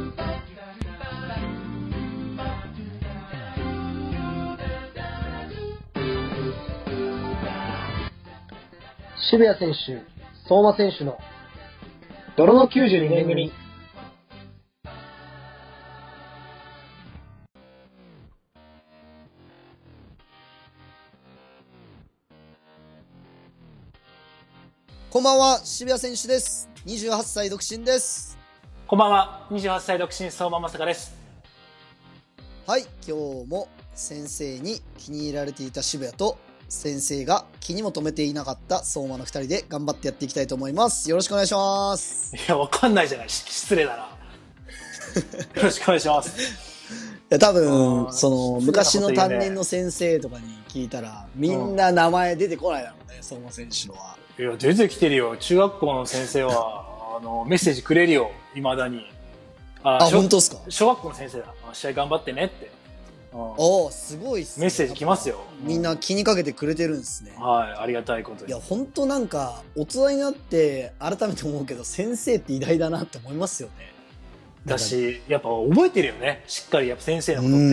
渋谷選手、相馬選手の泥の92年組。 こんばんは、渋谷選手です。28歳独身です。 こんばんは、28歳独身相馬まさかです。 はい、今日も先生に気に入られていた渋谷と先生が気にも留めていなかった相馬の2人で頑張ってやっていきたいと思います。よろしくお願いします。 いや、わかんないじゃない。失礼だな。よろしくお願いします。 いや、多分その昔の担任の先生とかに聞いたらみんな名前出てこないだろうね、相馬選手のは。 いや、出てきてるよ。中学校の先生はメッセージくれるよ、未だに。 本当ですか？ 小学校の先生だ。試合頑張ってねって。 すごいっすね。 メッセージ来ますよ。 みんな気にかけてくれてるんですね。 はい、ありがたいことに。 いや、本当なんか大人になって改めて思うけど、先生って偉大だなって思いますよね。 だし、やっぱ覚えてるよね。しっかりやっぱ先生のことって。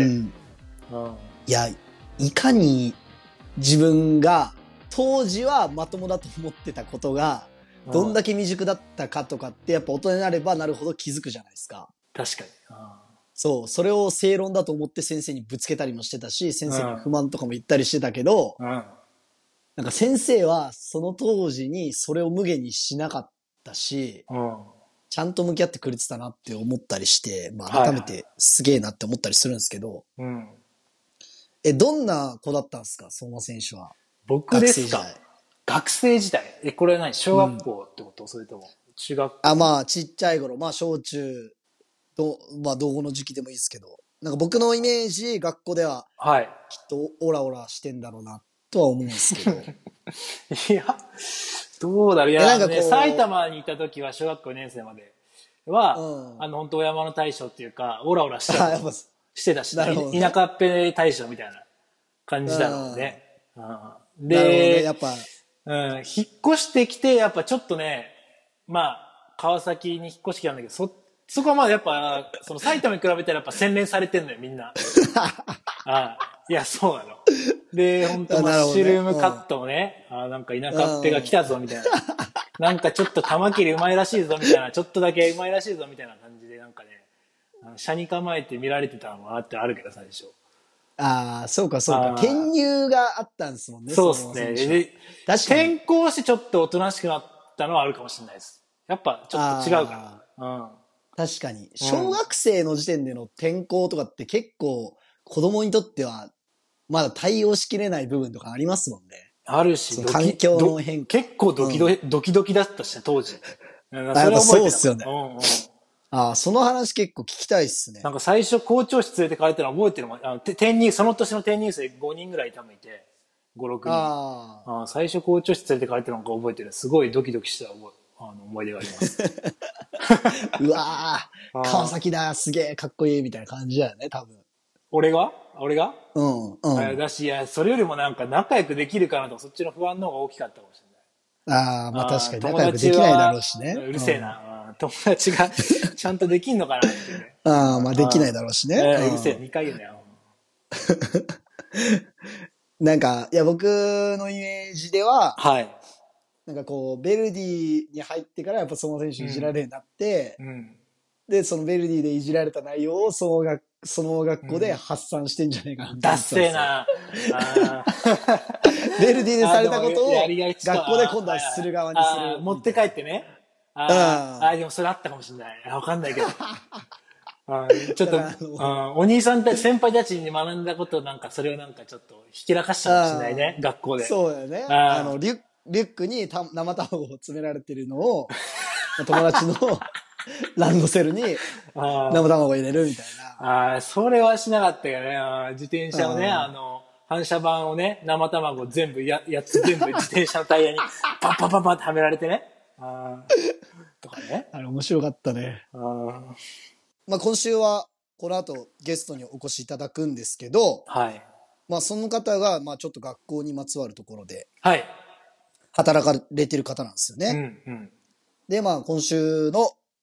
いや、いかに自分が当時はまともだと思ってたことがどんだけ未熟だったかとかってやっぱ大人になればなるほど気づくじゃないですか。 確かに。 そう、それを正論だと思って先生にぶつけたりもしてたし、先生に不満とかも言ったりしてたけど、なんか先生はその当時にそれを無限にしなかったし、ちゃんと向き合ってくれてたなって思ったりして、まあ改めてすげえなって思ったりするんですけど、どんな子だったんですか、相馬選手は。 僕ですか？学生時代。これは何？小学校ってこと？それとも中学校？ まあちっちゃい頃、まあ小中、まあ同後の時期でもいいですけど、なんか僕のイメージ、学校では、きっとオラオラしてんだろうな、とは思うんですけど。 いや、どうだろう。いや、なんかね、埼玉にいた時は小学校4年生までは、本当お山の大将っていうか、オラオラしてたし、田舎っぺ大将みたいな感じだろうね。で、 やっぱ、 引っ越してきて、やっぱちょっとね、まあ、川崎に引っ越してきたんだけど、そこはまあやっぱ、その埼玉に比べたらやっぱ洗練されてんのよ、みんな。いや、そうなの。で、本当マッシュルームカットもね、なんか田舎っぺが来たぞ、みたいな。なんかちょっと玉切りうまいらしいぞ、みたいな。ちょっとだけうまいらしいぞ、みたいな感じで、なんかね、車に構えて見られてたのはあるけど、最初。 そうかそうか。転入があったんですもんね。 そうですね。転校してちょっとおとなしくなったのはあるかもしれないです。やっぱちょっと違うから。 確かに。小学生の時点での転校とかって結構子供にとってはまだ対応しきれない部分とかありますもんね。 あるし、 環境の変化。 結構ドキドキだったしね、当時。 やっぱそうっすよね。その話結構聞きたいっすね。 なんか最初校長室連れてかれたの覚えてるもん。その年の転入生5人ぐらい多分いて、5、6人。最初校長室連れてかれたのか覚えてる。すごいドキドキした思い出があります。 うわー、川崎だ、すげえかっこいいみたいな感じだよね、多分。 俺がだし、いや、それよりもなんか仲良くできるかなと、そっちの不安の方が大きかったかもしれない。 まあ確かに仲良くできないだろうしね。 うるせえな。友達がちゃんとできんのかなってね。 まあできないだろうしね。 うるせえ、2回言うなよ。 なんか、いや、僕のイメージでは、なんかこう、ベルディに入ってからやっぱ相馬選手いじられるようになって、で、そのベルディでいじられた内容をその学校で発散してんじゃねえかなって。 ダッセーな。 ベルディでされたことを学校で今度はする側にする。 持って帰ってね。でもそれあったかもしれない。わかんないけど。ちょっと、お兄さんたち、先輩たちに学んだことなんか、それをなんかちょっとひきらかしたかもしれないね、学校で。 そうだよね。リュックに生卵を詰められてるのを、友達のランドセルに生卵を入れるみたいな。 それはしなかったよね。自転車をね、反射板をね、生卵全部やつ全部自転車のタイヤにパッパッパッパッってはめられてね。とかね。 あれ面白かったね。まあ今週はこの後ゲストにお越しいただくんですけど、まあその方がまあちょっと学校にまつわるところで、働かれてる方なんですよね。でまあ今週の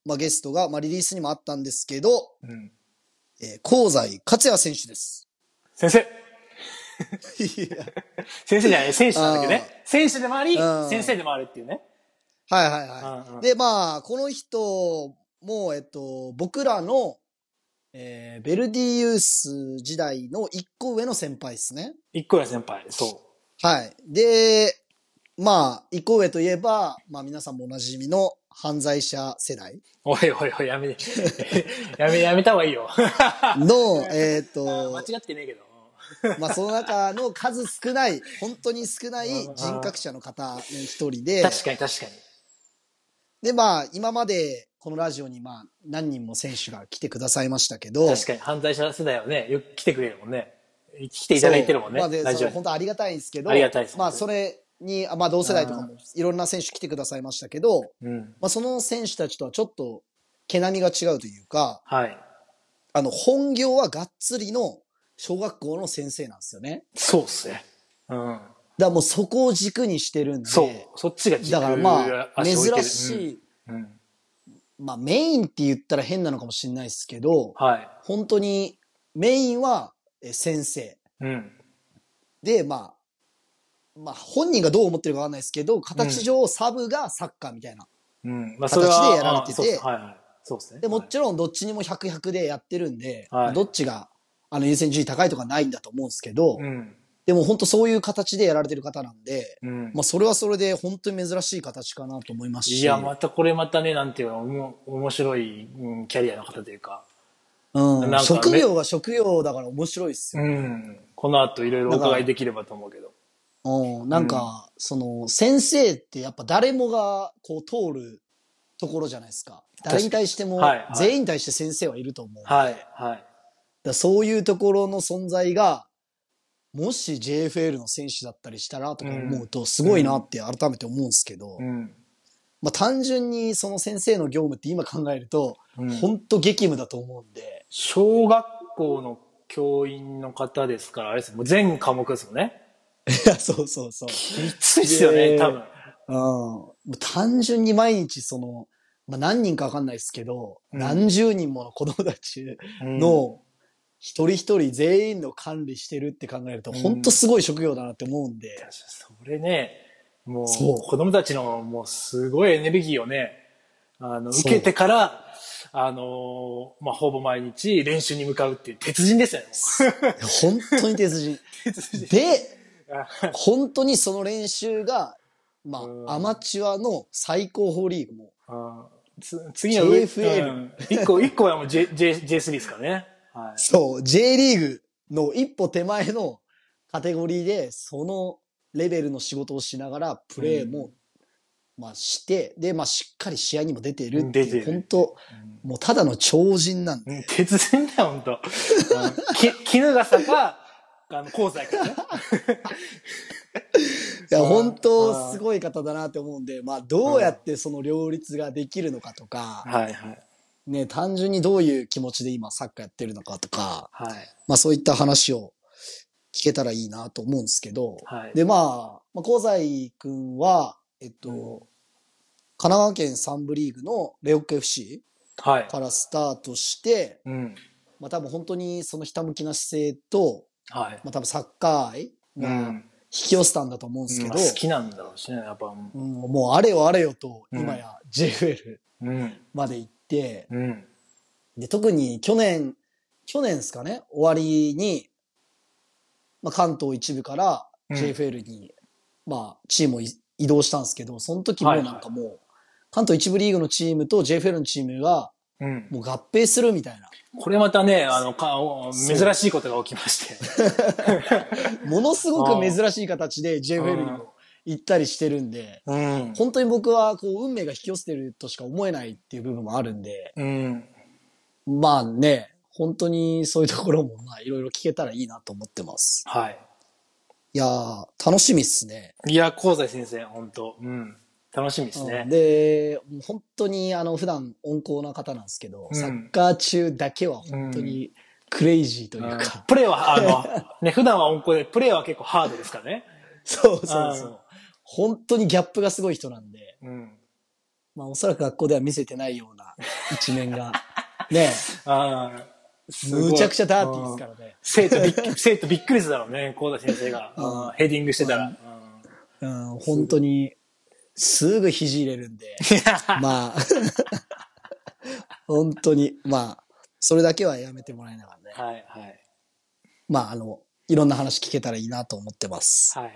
まあ、ゲストが、まあ、リリースにもあったんですけど、 うん。 香西克也選手です。 先生。 いや先生じゃない、選手なんだけどね。選手でもあり、 うん先生でもあるっていうね。 はいはいはい。で、まあ、この人も、僕らの、ベルディユース時代の一個上の先輩ですね。 一個上の先輩、そう。はい。で、まあ、一個上といえば、まあ皆さんもおなじみの犯罪者世代。 おいおいおい、やめやめた方がいいよ。 の、 間違ってねえけど。 まあその中の数少ない、本当に少ない人格者の方の一人で。 確かに確かに。 で、まあ今までこのラジオにまあ何人も選手が来てくださいましたけど。 確かに犯罪者世代はね、よく来てくれるもんね。来ていただいてるもんね。 まあで、 ラジオ本当ありがたいんですけど。 ありがたいです。 まあそれに、まあ同世代とかもいろんな選手来てくださいましたけど、 うん、 まあその選手たちとはちょっと毛並みが違うというか、 はい。 本業はがっつりの小学校の先生なんですよね。 そうっすね。うん。 だからもうそこを軸にしてるんで。 そう。そっちが軸だからまあ、珍しい、 うん。 まあメインって言ったら変なのかもしれないですけど、 はい。 本当にメインは先生。 うん。 で、まあ本人がどう思ってるかわかんないですけど、形上サブがサッカーみたいな形でやられてて、 はいはい。そうですね。 で、もちろんどっちにも100、100でやってるんで、 はい、 どっちが優先順位高いとかないんだと思うんですけど、 うん、 でも本当そういう形でやられてる方なんで、 うん、 まあそれはそれで本当に珍しい形かなと思いますし。 いや、これまたね、なんていうの、面白い、キャリアの方というか。 うん。職業が職業だから面白いですよ。 うん。この後いろいろお伺いできればと思うけど。 なんか、先生ってやっぱ誰もがこう通るところじゃないですか。誰に対しても、全員に対して先生はいると思う。 はい、はい。 だそういうところの存在が、もし JFL の選手だったりしたらとか思うと、すごいなって改めて思うんですけど、まあ単純にその先生の業務って今考えると、本当激務だと思うんで。 小学校の教員の方ですから、あれですもう全科目ですもんね。 いや、そうそうそう。 きついっすよね、多分。 単純に毎日まあ、何人かわかんないですけど、何十人もの子供たちの一人一人全員の管理してるって考えると、本当すごい職業だなって思うんで。 それね、もう子供たちのもうすごいエネルギーをね、受けてから、まあ、ほぼ毎日練習に向かうっていう鉄人ですよね。 本当に鉄人。で、本当にその練習が、まあ、アマチュアの最高峰リーグも。 次の上、 JFL。 一個はもう J3 ですからね。はい、 そう、J リーグの一歩手前のカテゴリーで、そのレベルの仕事をしながら、プレーも、まあして、で、まあしっかり試合にも出てるっていう、本当もうただの超人なんで。 鉄人だよ、本当絹笠か、香西かね。 いや、本当すごい方だなって思うんで、まあどうやってその両立ができるのかとか、 はいはい。 ね、単純にどういう気持ちで今サッカーやってるのかとか、 はい、 まあそういった話を聞けたらいいなと思うんですけど、 はい、 でまあ、香西くんは、神奈川県3部リーグのレオック FC からスタートして、まあ多分本当にそのひたむきな姿勢と、まあ多分サッカー愛が引き寄せたんだと思うんですけど、 好きなんだろうしね、やっぱ。 もうあれよあれよと、今や JFL まで行って、で、特に去年ですかね、終わりに、まあ関東一部から JFL に、まあチームを移動したんですけど、その時もなんかもう、関東一部リーグのチームと JFL のチームが、もう合併するみたいな。 これまたね、珍しいことが起きまして。 ものすごく珍しい形で JFL にも行ったりしてるんで、本当に僕はこう運命が引き寄せてるとしか思えないっていう部分もあるんで、まあね、本当にそういうところもまあいろいろ聞けたらいいなと思ってます。 はい。 いやー、楽しみっすね。 いや、香西先生、本当楽しみですね。 で、本当に普段温厚な方なんですけど、サッカー中だけは本当にクレイジーというか。 プレーは、ね、普段は温厚で、プレーは結構ハードですからね。 そうそうそう。本当にギャップがすごい人なんで。 まあおそらく学校では見せてないような一面が、ね、むちゃくちゃダーティーですからね。 生徒びっくりするだろうね、幸田先生が。ヘディングしてたら。 本当に、すぐ肘入れるんで。まあ、本当に、まあ、それだけはやめてもらいながらね。 はいはい。 まあ、いろんな話聞けたらいいなと思ってます。 はい。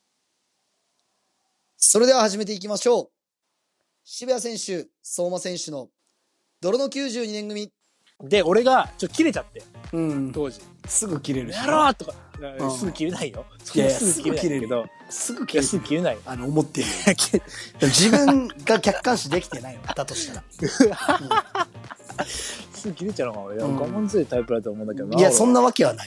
それでは始めていきましょう。渋谷選手、相馬選手の泥の92年組。 で、俺がちょっと切れちゃって。当時。 すぐ切れるし。 やろうとか。すぐ切れないよ。 いや、すぐ切れるけど。 すぐ切れない。 思ってるよ。自分が客観視できてないよ。だとしたら。 すぐ切れちゃうのか俺。我慢強いタイプだと思うんだけどな。 いや、そんなわけはない。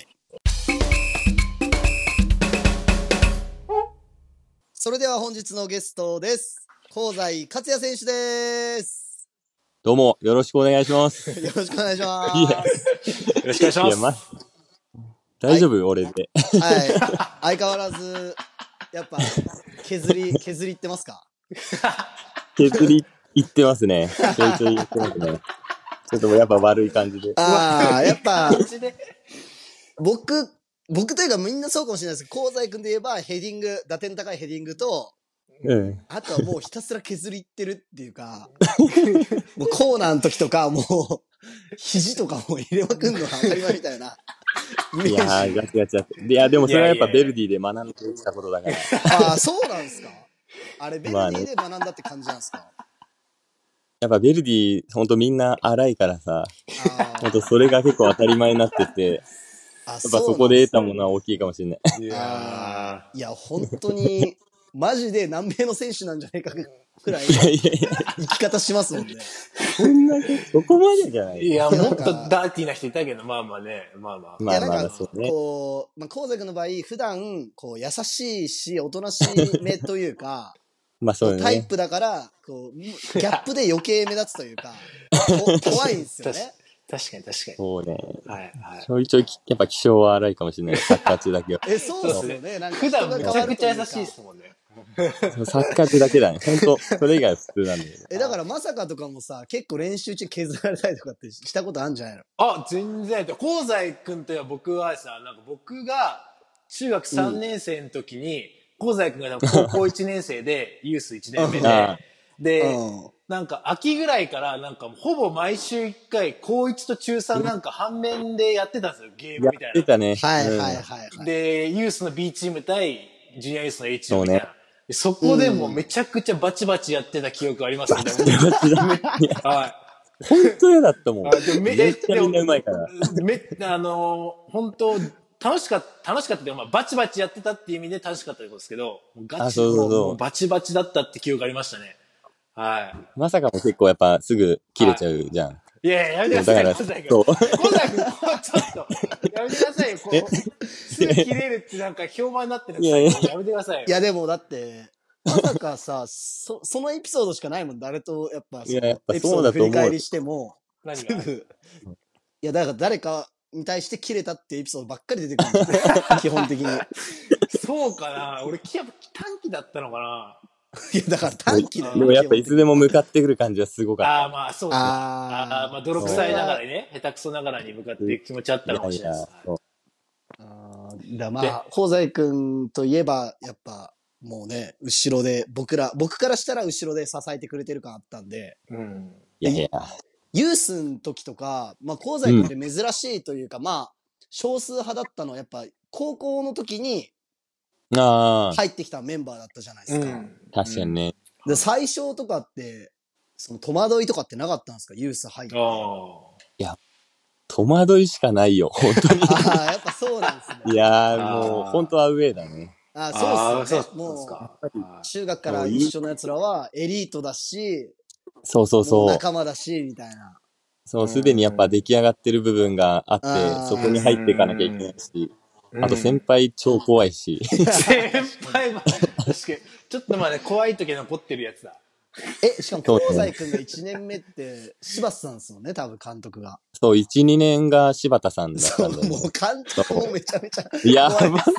それでは本日のゲストです。香西克也選手です。 どうも、よろしくお願いします。 よろしくお願いします。 よろしくお願いします。 大丈夫、俺で。 はい。相変わらず、やっぱ、削りいってますか？ 削りいってますね。ちょいちょい言ってますね。ちょっとやっぱ悪い感じで。 やっぱ、僕というかみんなそうかもしれないですけど、香西くんで言えばヘディング、打点高いヘディングと、あとはもうひたすら削りいってるっていうか、もうコーナーの時とか、もう、肘とかも入れまくんのが当たり前みたいな。 いやー、ガチガチやって。いや、でもそれはやっぱベルディで学んできたことだから。 ああ、そうなんですか。あれ、ベルディで学んだって感じなんですか。 やっぱベルディ、ほんとみんな荒いからさ、ほんとそれが結構当たり前になってて、やっぱそこで得たものは大きいかもしれない。 いや、本当に、マジで南米の選手なんじゃないかくらい、生き方しますもんね。 そこまでじゃない。 いや、もっとダーティーな人いたけど、まあまあね、まあまあ。 いや、なんか、こう、香西君の場合、普段、こう、優しいし、おとなしめというか、 まあそうね。 タイプだから、こう、ギャップで余計目立つというか、怖いんですよね。 確かに。 そうね。 はい。 ちょいちょい、やっぱ気性は荒いかもしれない。サッカー中だけは。 そうですよね。なんか普段めちゃくちゃ優しいですもんね。 サッカー中だけだね。ほんと、それ以外は普通なんだよ。 だからまさかとかもさ、結構練習中削られたりとかってしたことあるんじゃないの？ 全然。香西くんとは僕はさ、なんか僕が中学3年生の時に、香西くんが高校1年生で、ユース1年目で、なんか秋ぐらいからなんかほぼ毎週1回高1と中3なんか反面でやってたんですよ、ゲームみたいな。 やってたね。 はい。 で、ユースの B チーム対ジュニアユースの A チームみたいな。そこでもうめちゃくちゃバチバチやってた記憶ありますね。 はい。本当嫌だったもん。めっちゃみんなうまいから。 本当楽しかったっていうか、バチバチやってたっていう意味で楽しかったですけど、ガチもうバチバチだったって記憶ありましたね。はい。 まさかも結構やっぱすぐ切れちゃうじゃん。 いや、やめてください。香西君。ちょっと、やめてくださいよ。すぐ切れるってなんか評判になってるんですけど、やめてくださいよ。 いや、でもだって、まさかさ、そのエピソードしかないもん。誰と、やっぱ、エピソード振り返りしても、すぐ、いや、だから誰かに対して切れたってエピソードばっかり出てくるんですよ。基本的に。 そうかな俺、やっぱ短期だったのかないや、だから短期だよ。 でもやっぱいつでも向かってくる感じはすごかった。 まあそうですね。まあ泥臭いながらにね、下手くそながらに向かっていく気持ちあったかもしれないです。 まあ、香西くんといえば、やっぱ、もうね、後ろで、僕からしたら後ろで支えてくれてる感あったんで。 いや。 ユースの時とか、まあ、香西くんって珍しいというか、まあ、少数派だったのは、やっぱ、高校の時に、入ってきたメンバーだったじゃないですか。 確かにね。 で、最初とかって、その戸惑いとかってなかったんですか？ユース入って。 いや、戸惑いしかないよ、本当に。 やっぱそうなんですね。 いやもう、本当はアウェーだね。 そうっすね。もう、中学から一緒の奴らはエリートだし、 そう。 仲間だし、みたいな。 そう、すでにやっぱ出来上がってる部分があって、そこに入っていかなきゃいけないし。あと先輩超怖いし。 先輩は、確かに。ちょっとまあね、怖い時残ってるやつだ。 しかも、香西くんが1年目って、柴田さんですもんね、多分監督が。 そう、1、2年が柴田さんだったんだよね。 もう監督もめちゃめちゃ。 いやばか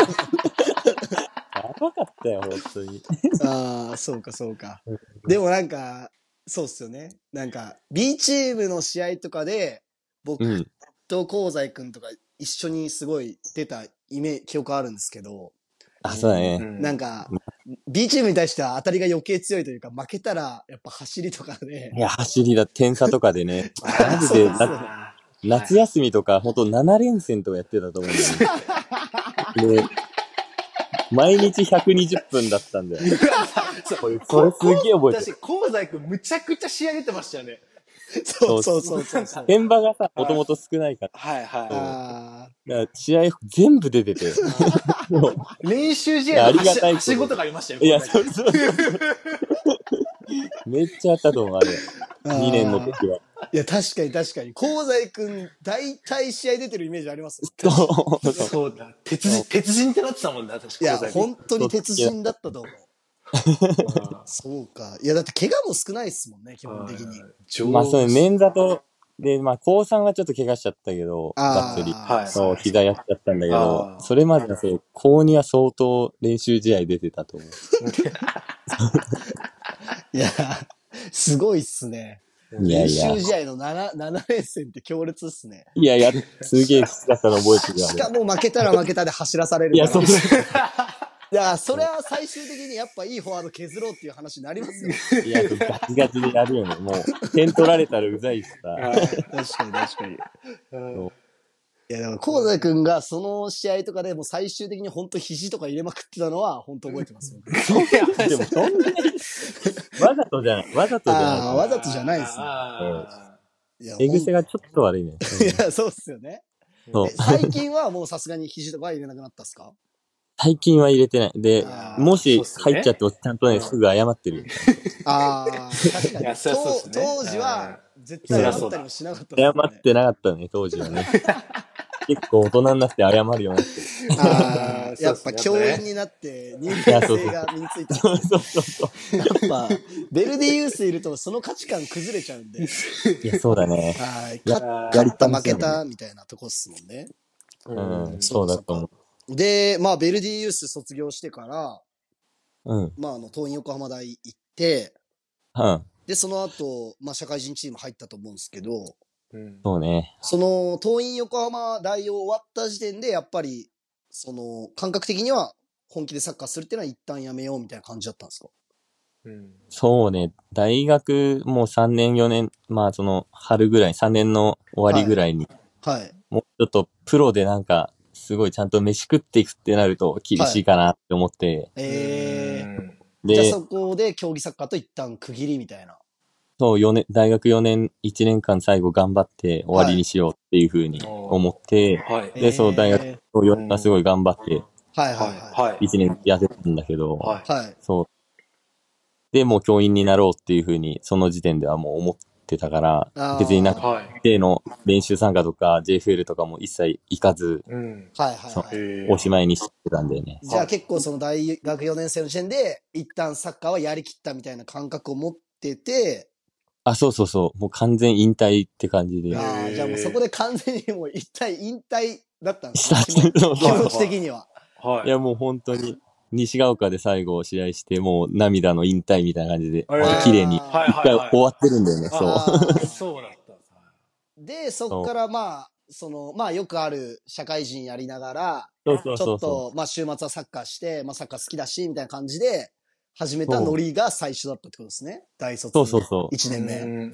ったよ、本当に。 そうか。でもなんか、 そうっすよね。なんか、B チームの試合とかで、僕と香西くんとか一緒にすごい出た記憶あるんですけど、 そうだね。 なんか、B チームに対しては当たりが余計強いというか、負けたらやっぱ走りとかで。 いや、走りだ、点差とかでね。マジで、夏休みとか、ほんと7連戦とかやってたと思うんだよね。で、毎日120分だったんだよ。それすげえ覚えてる。 私、香西くんむちゃくちゃ試合出てましたよね。 そう。 現場がさ、もともと少ないから。 はいはい。 だから試合全部出てて。 練習試合のはしごとかありましたよ。 いや、そう。めっちゃあったと思う、あれ。2年の時は。 いや、確かに。香西くん、大体試合出てるイメージあります。 そうだ。鉄人ってなってたもんだ、確かに。 いや、本当に鉄人だったと思う。そうか。いや、だって怪我も少ないですもんね、基本的に。 まあ、そうね、捻挫と、で、まあ、高3はちょっと怪我しちゃったけど、がっつり。そう、膝やっちゃったんだけど、それまではそう、高2は相当練習試合出てたと思う。 いや、すごいっすね。練習試合の7連戦って強烈っすね。 いや、すげえきつかったの覚えてるよ。 しかも負けたら負けたで走らされる。 いや、そう。 いや、それは最終的にやっぱいいフォワード削ろうっていう話になりますよ。 いや、ガチガチでやるよね。もう、点取られたらうざいしさ。 確かに。いや、でも、香西くんがその試合とかでもう最終的に本当肘とか入れまくってたのは本当覚えてますよ。 でも、そんなに、わざとじゃない。わざとじゃないですね。手癖がちょっと悪いね。 いや、そうっすよね。最近はもうさすがに肘とかは入れなくなったっすか？ 最近は入れてない。で、もし入っちゃってもちゃんとね、すぐ謝ってる。 確かに。当時は絶対謝ったりもしなかった。 謝ってなかったね、当時はね。結構大人になって謝るようになって。 やっぱ教員になって人間性が身についた。 そう。 やっぱ、ベルディユースいるとその価値観崩れちゃうんで。 いや、そうだね。 勝った負けたみたいなとこっすもんね。 そうだと思う。で、まあ、ベルディユース卒業してから、まあ、桐蔭横浜大行って、で、その後、まあ、社会人チーム入ったと思うんですけど、 そうね。 その、桐蔭横浜大を終わった時点で、やっぱり、その、感覚的には、本気でサッカーするっていうのは一旦やめようみたいな感じだったんですか？ そうね。大学もう3年4年、まあその春ぐらい、3年の終わりぐらいに、もうちょっとプロでなんか、すごいちゃんと飯食っていくってなると厳しいかなって思って。 じゃあそこで競技サッカーと一旦区切りみたいな。 そう、大学4年、1年間最後頑張って終わりにしようっていうふうに思って、で、そう、大学4年がすごい頑張って、1年やってたんだけど、そう。で、もう教員になろうっていうふうに、その時点ではもう思ってたから、別になんか、J の練習参加とか JFL とかも一切行かず、おしまいにしてたんだよね。 じゃあ結構その大学4年生の時点で、一旦サッカーはやりきったみたいな感覚を持ってて、 そう。もう完全引退って感じで。 じゃあもうそこで完全にもう一体引退だったんですね。気持ち的には。 いやもう本当に、西ヶ丘で最後試合して、もう涙の引退みたいな感じで、綺麗に、一回終わってるんだよね、 そうだった。 で、そっからまあ、まあよくある社会人やりながら、ちょっと、まあ週末はサッカーして、まあサッカー好きだし、みたいな感じで、始めたノリが最初だったってことですね。大卒1年目。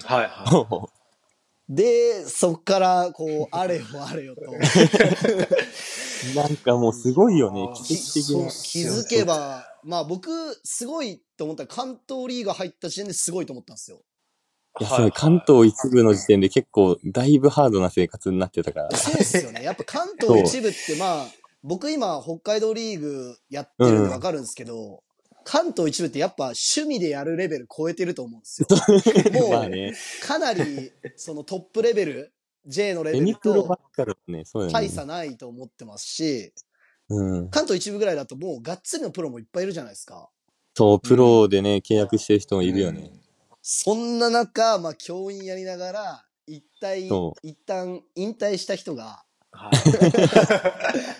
で、そっから、こう、あれよあれよと。 なんかもうすごいよね、奇跡的な。 気づけば、まあ僕、すごいと思ったら関東リーグ入った時点ですごいと思ったんですよ。 いや、それ関東一部の時点で結構だいぶハードな生活になってたから。 そうですよね。やっぱ関東一部ってまあ、僕今北海道リーグやってるんでわかるんですけど、関東一部ってやっぱ趣味でやるレベル超えてると思うんですよ。もう、かなりそのトップレベル、J のレベルと大差ないと思ってますし、関東一部ぐらいだともうがっつりのプロもいっぱいいるじゃないですか。 そう、プロでね、契約してる人もいるよね。 そんな中、まあ教員やりながら、一旦引退した人が、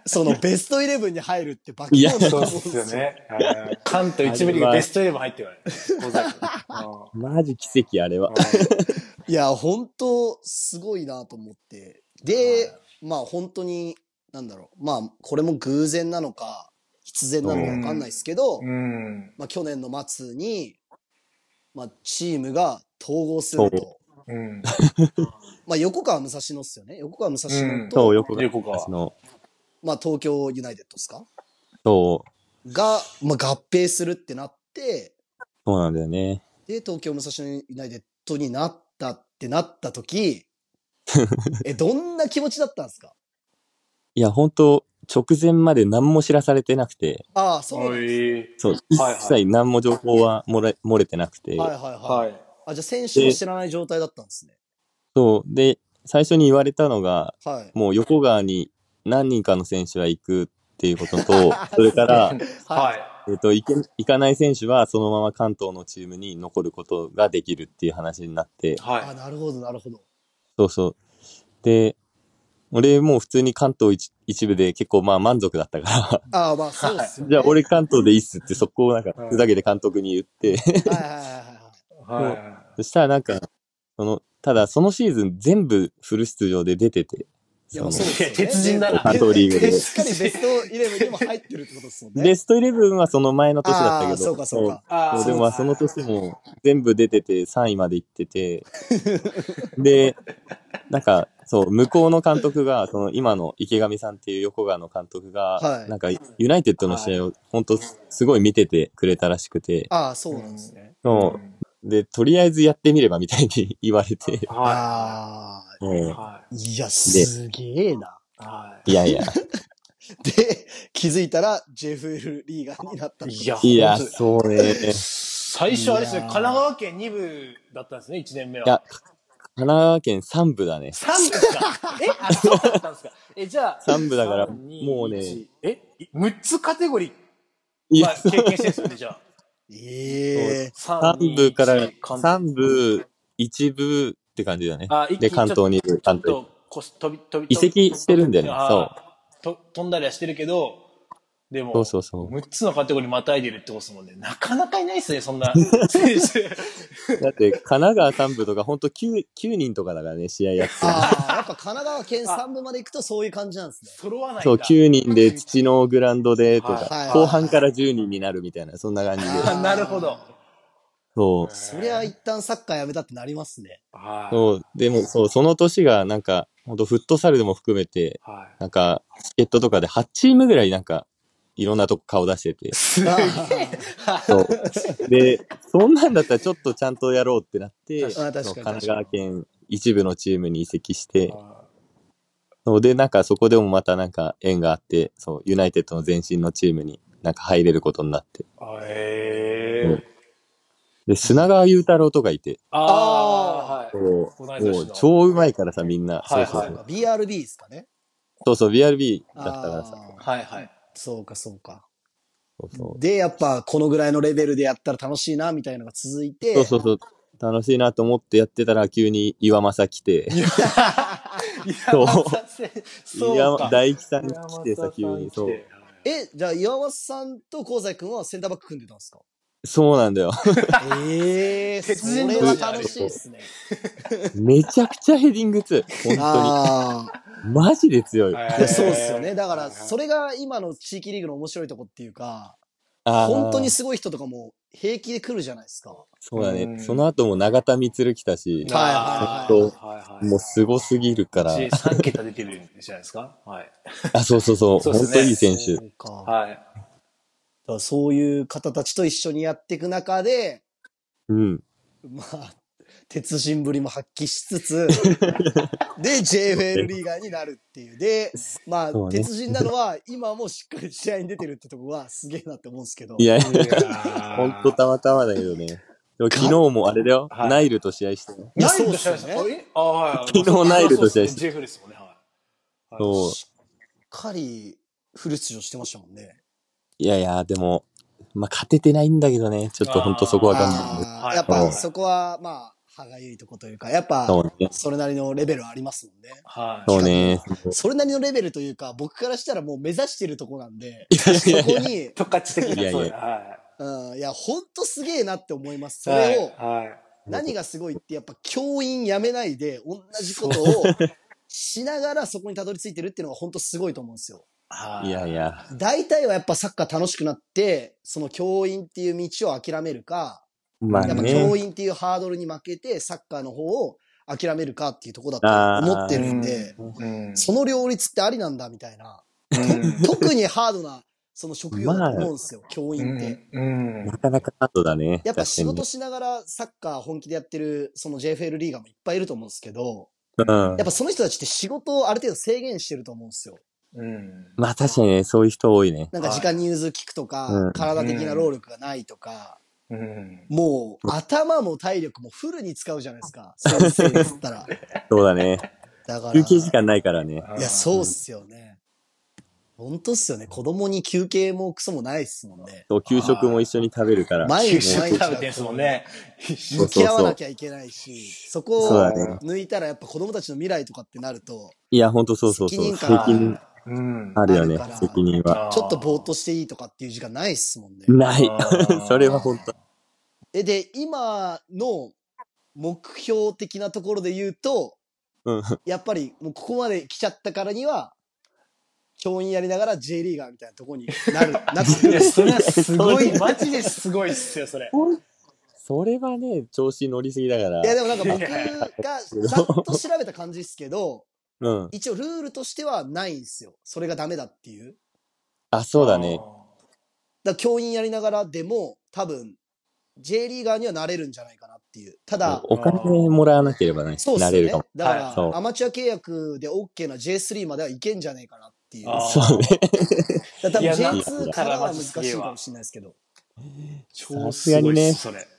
そのベストイレブンに入るってバキモンだと思うんですよ。 そうですよね。関東一部リーグベストイレブン入ってるからね。 マジ奇跡、あれは。 いや、本当すごいなと思って。で、まあ本当に、なんだろう。まあ、これも偶然なのか、必然なのかわかんないですけど、まあ去年の末に、まあチームが統合すると。まあ横川武蔵野っすよね。横川武蔵野と、 横川の。 まあ東京ユナイテッドですか？ そう。 が、まあ合併するってなって、 そうなんだよね。 で、東京武蔵野ユナイテッドになったってなった時、どんな気持ちだったんですか？ いや、本当直前まで何も知らされてなくて。 ああ、そうなんです。 そう、一切何も情報は漏れてなくて。 はいはいはい。あ、じゃあ選手も知らない状態だったんですね。 そう。で、最初に言われたのが、もう横川に何人かの選手は行くっていうことと、それから、行かない選手はそのまま関東のチームに残ることができるっていう話になって。 あ、なるほどなるほど。 そうそう。で、俺もう普通に関東一部で結構まあ満足だったから。 ああ、まあそうですよね。 じゃあ俺関東でいいっすってそこをなんかふざけて監督に言って。そしたらなんか、ただそのシーズン全部フル出場で出てて。 いや、そうですよね。 鉄人だな。 関東リーグで。 しっかりベストイレブンにも入ってるってことですもんね。 ベストイレブンはその前の年だったけど。 そうかそうか。 でもその年も全部出てて3位まで行ってて。で、なんか、そう、向こうの監督が、今の池上さんっていう横川の監督が、なんか、ユナイテッドの試合を、本当すごい見ててくれたらしくて。 ああ、そうなんですね。 そう。で、とりあえずやってみればみたいに言われて。 ああ。いや、すげえな。 いやいや。 で、気づいたら JFL リーガーになった。 いや、そうね。 最初あれですね、神奈川県2部だったんですね、1年目は。 いや、神奈川県3部だね。 3部ですか？そうだったんですか？じゃあ。 3部だから、もうね。 6つカテゴリーは経験してるんですよね、じゃあ。 3部から、3部、1部って感じだね。で、関東にいる。関東。移籍してるんだよね。 そう。飛んだりはしてるけど、でも、 そう 6つのカテゴリーまたいでるってことですもんね。なかなかいないですね、そんな選手。 だって、神奈川3部とかほんと 9人とかだからね、試合やってる。 やっぱ神奈川県3部まで行くとそういう感じなんですね。 揃わないんだ。 そう、9人で土のグラウンドでとか、後半から10人になるみたいな、そんな感じで。 なるほど。 そう。 そりゃ一旦サッカーやめたってなりますね。 そう。でも、そう、その年がなんか、ほんとフットサルでも含めて、なんか、チケットとかで8チームぐらいなんか、いろんなとこ顔出してて。そう。で、そんなんだったらちょっとちゃんとやろうってなって、神奈川県一部のチームに移籍して、そうで、なんかそこでもまたなんか縁があって、そう、ユナイテッドの前身のチームになんか入れることになって。で、砂川雄太郎とかいて。 はい。 もう超うまいからさ、みんな。そうそう。 BRB ですかね。 そうそう、BRB だったからさ。 はいはい。 そうか、そうか。で、やっぱ、このぐらいのレベルでやったら楽しいな、みたいなのが続いて。 そう。楽しいなと思ってやってたら、急に岩政来て。 そう。 大輝さん来てさ、急に。そう。 じゃあ、岩政さんと香西くんはセンターバック組んでたんですか？ そうなんだよ。 それは楽しいっすね。 めちゃくちゃヘディング強い。本当に。マジで強い。 そうっすよね。だから、それが今の地域リーグの面白いとこっていうか、本当にすごい人とかも平気で来るじゃないですか。 そうだね。その後も永田満来たし、もうすごすぎるから。 3桁出てるんじゃないですか。はい。 そう。本当いい選手。 はい。 そういう方たちと一緒にやっていく中で、まあ、鉄人ぶりも発揮しつつ、で、JFL リーガーになるっていう。で、まあ、鉄人なのは、今もしっかり試合に出てるってとこはすげえなって思うんですけど。 いや、ほんとたまたまだけどね。でも昨日もあれだよ、ナイルと試合してね。 ナイルと試合してね。 昨日ナイルと試合して。 JFL ですもんね。 そう。 しっかりフル出場してましたもんね。 いや、でも、まあ、勝ててないんだけどね。ちょっとほんとそこは頑張る。やっぱそこは、まあ、 歯がゆいとこというか、やっぱ、それなりのレベルありますもんね。 はい。 そうね。 それなりのレベルというか、僕からしたらもう目指してるとこなんで、そこに、 特化知的な、そういや、ほんとすげえなって思います。それを、何がすごいって、やっぱ教員辞めないで、同じことをしながらそこにたどり着いてるっていうのがほんとすごいと思うんですよ。 いやいや。 大体はやっぱサッカー楽しくなって、その教員っていう道を諦めるか、 まあね、 やっぱ教員っていうハードルに負けてサッカーの方を諦めるかっていうところだと思ってるんで、その両立ってありなんだみたいな。特にハードなその職業だと思うんですよ、教員って。 なかなかハードだね。 やっぱ仕事しながらサッカー本気でやってるその JFL リーガーもいっぱいいると思うんですけど、やっぱその人たちって仕事をある程度制限してると思うんですよ。 まあ確かにね、そういう人多いね。 なんか時間に融通聞くとか、体的な労力がないとか、もう頭も体力もフルに使うじゃないですか。先生ですったら。 そうだね。 だから。 休憩時間ないからね。 いや、そうっすよね。本当っすよね。子供に休憩もクソもないっすもんね。 そう、給食も一緒に食べるから。 毎日食べてんすもんね。 向き合わなきゃいけないし、そこを抜いたらやっぱ子供たちの未来とかってなると。 いや、ほんとそうそうそう。責任あるよね、責任は。 ちょっとぼーっとしていいとかっていう時間ないっすもんね。 ない。それは本当。 で、今の目標的なところで言うと、やっぱりもうここまで来ちゃったからには、教員やりながら J リーガーみたいなところになってくる。 それはすごい、マジですごいっすよ、それ。 それはね、調子乗りすぎだから。 いや、でもなんか僕がざっと調べた感じですけど、一応ルールとしてはないんですよ。それがダメだっていう。 あ、そうだね。 だ教員やりながらでも多分 J リーガーにはなれるんじゃないかなっていう。ただ、 お金もらわなければね、 そうっすね、 なれるかも。 だから、アマチュア契約で OK な J3 まではいけんじゃねえかなっていう。 そうね。 多分 J2 からは難しいかもしれないですけど。 さすがにね。それ。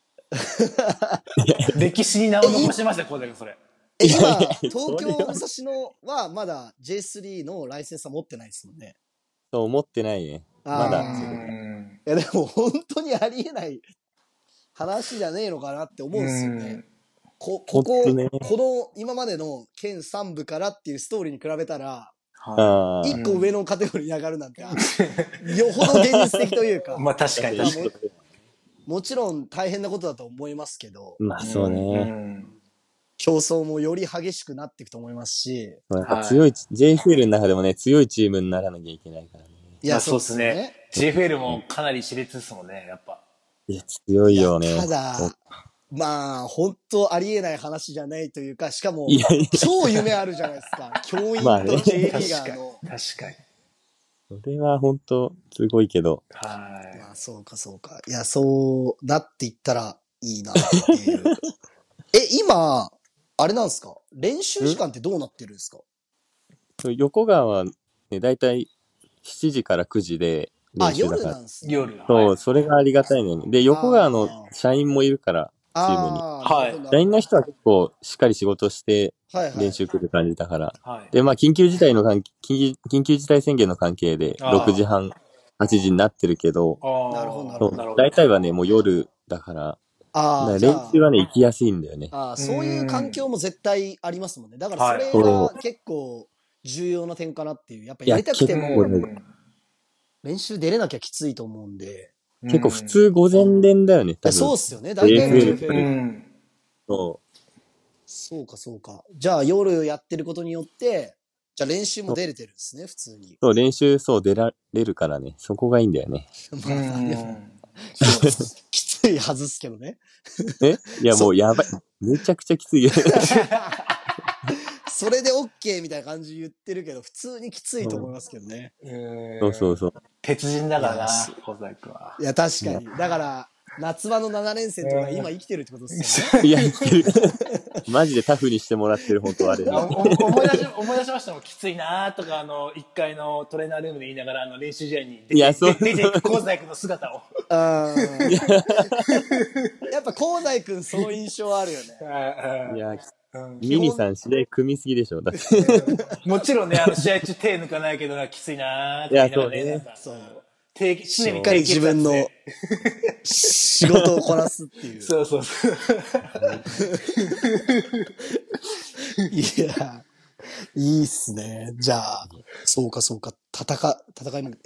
歴史に名を残しました、これ、それ。 今、東京武蔵野はまだ J3 のライセンスは持ってないですもんね。 そう、持ってないね。まだ。いや、でも本当にありえない話じゃねえのかなって思うんですよね。この今までの県3部からっていうストーリーに比べたら、一個上のカテゴリーに上がるなんて、よほど現実的というか。 まあ確かに。 もちろん大変なことだと思いますけど。 まあそうね。 競争もより激しくなっていくと思いますし。 強い、JFL の中でもね、強いチームにならなきゃいけないからね。 いや、そうですね。 JFL もかなり熾烈ですもんね、やっぱ。 いや、強いよね。 ただ、まあ、本当ありえない話じゃないというか、しかも、超夢あるじゃないですか。教員と J リーガーの。 確かに。 それは本当すごいけど。 はい。まあ、そうか、そうか。いや、そうだって言ったらいいなっていう。今、あれなんですか？練習時間ってどうなってるんですか？ 横川はね、だいたい7時から9時で練習だから。 夜なんですね。夜。 そう、それがありがたいのよね。で、横川の社員もいるから、チームに。 はい。 社員の人は結構しっかり仕事して練習来る感じだから。で、まあ緊急事態宣言の関係で6時半、8時になってるけど、 なるほど。 大体はね、もう夜だから、練習はね、行きやすいんだよね。 そういう環境も絶対ありますもんね。だからそれが結構重要な点かなっていう。やっぱやりたくても、練習出れなきゃきついと思うんで。 結構普通午前練だよね、多分。 そうっすよね、大体の JFL。 そうか、そうか。じゃあ夜やってることによって、じゃあ練習も出れてるんですね、普通に。 そう、練習出られるからね。そこがいいんだよね。 まあ、でも、きついはずっすけどね。 いや、もうやばい。めちゃくちゃきついよ。 それで OK みたいな感じ言ってるけど、普通にきついと思いますけどね。 そう。 鉄人だからな、小細工は。 いや、確かに。だから、夏場の7連戦とか今生きてるってことですよね。 いや、生きてる。マジでタフにしてもらってる、本当あれ。 思い出しましたもん、きついなとか、1階のトレーナールームで言いながら、練習試合に出ていく香西君の姿を。 やっぱ香西君その印象あるよね。 いや、ミニさん試合組みすぎでしょ。だってもちろんね、試合中手抜かないけどきついなーって言いながらね。 そう。 しっかり自分の仕事をこなすっていう。 そうそうそう。 いや、いいっすね。じゃあ、そうか。戦いも、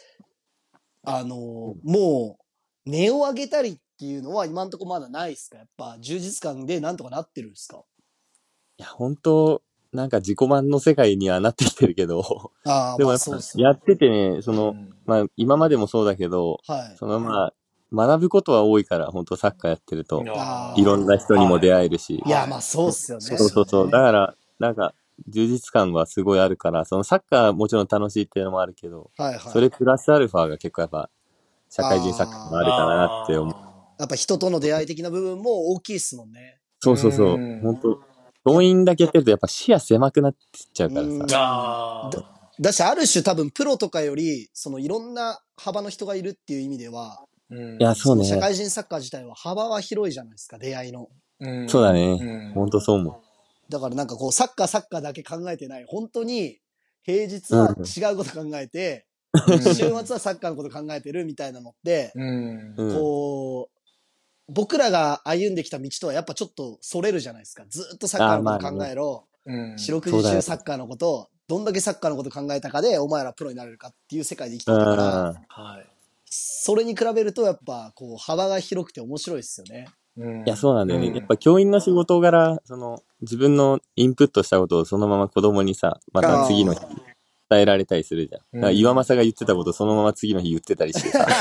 もう、値を上げたりっていうのは今んとこまだないっすか？やっぱ、充実感でなんとかなってるんですか？ いや、本当なんか自己満の世界にはなってきてるけど、でもやっぱ、やっててね、まあ、今までもそうだけど、 はい。 まあ、学ぶことは多いから、本当サッカーやってると、いろんな人にも出会えるし。 いや、まあそうっすよね。 そう。だから、なんか、充実感はすごいあるから、サッカーはもちろん楽しいっていうのもあるけど、それプラスアルファが結構やっぱ、社会人サッカーもあるかなって思う。 やっぱ人との出会い的な部分も大きいっすもんね。 そう。本当教員だけやってるとやっぱ視野狭くなってっちゃうからさ。 だし、ある種多分プロとかより、いろんな幅の人がいるっていう意味では、 いや、そうね。 社会人サッカー自体は幅は広いじゃないですか、出会いの。 そうだね。本当そう思う。 だからなんかこう、サッカーだけ考えてない。本当に、平日は違うこと考えて、週末はサッカーのこと考えてるみたいなのって、こう、僕らが歩んできた道とはやっぱちょっとそれるじゃないですか。ずっとサッカーのこと考えろ。四六時中サッカーのことを、どんだけサッカーのこと考えたかで、お前らプロになれるかっていう世界で生きてきたから、それに比べるとやっぱこう幅が広くて面白いですよね。 いや、そうなんだよね。やっぱ教員の仕事柄、自分のインプットしたことをそのまま子供にさ、また次の日伝えられたりするじゃん。だから岩政が言ってたことをそのまま次の日言ってたりしてさ。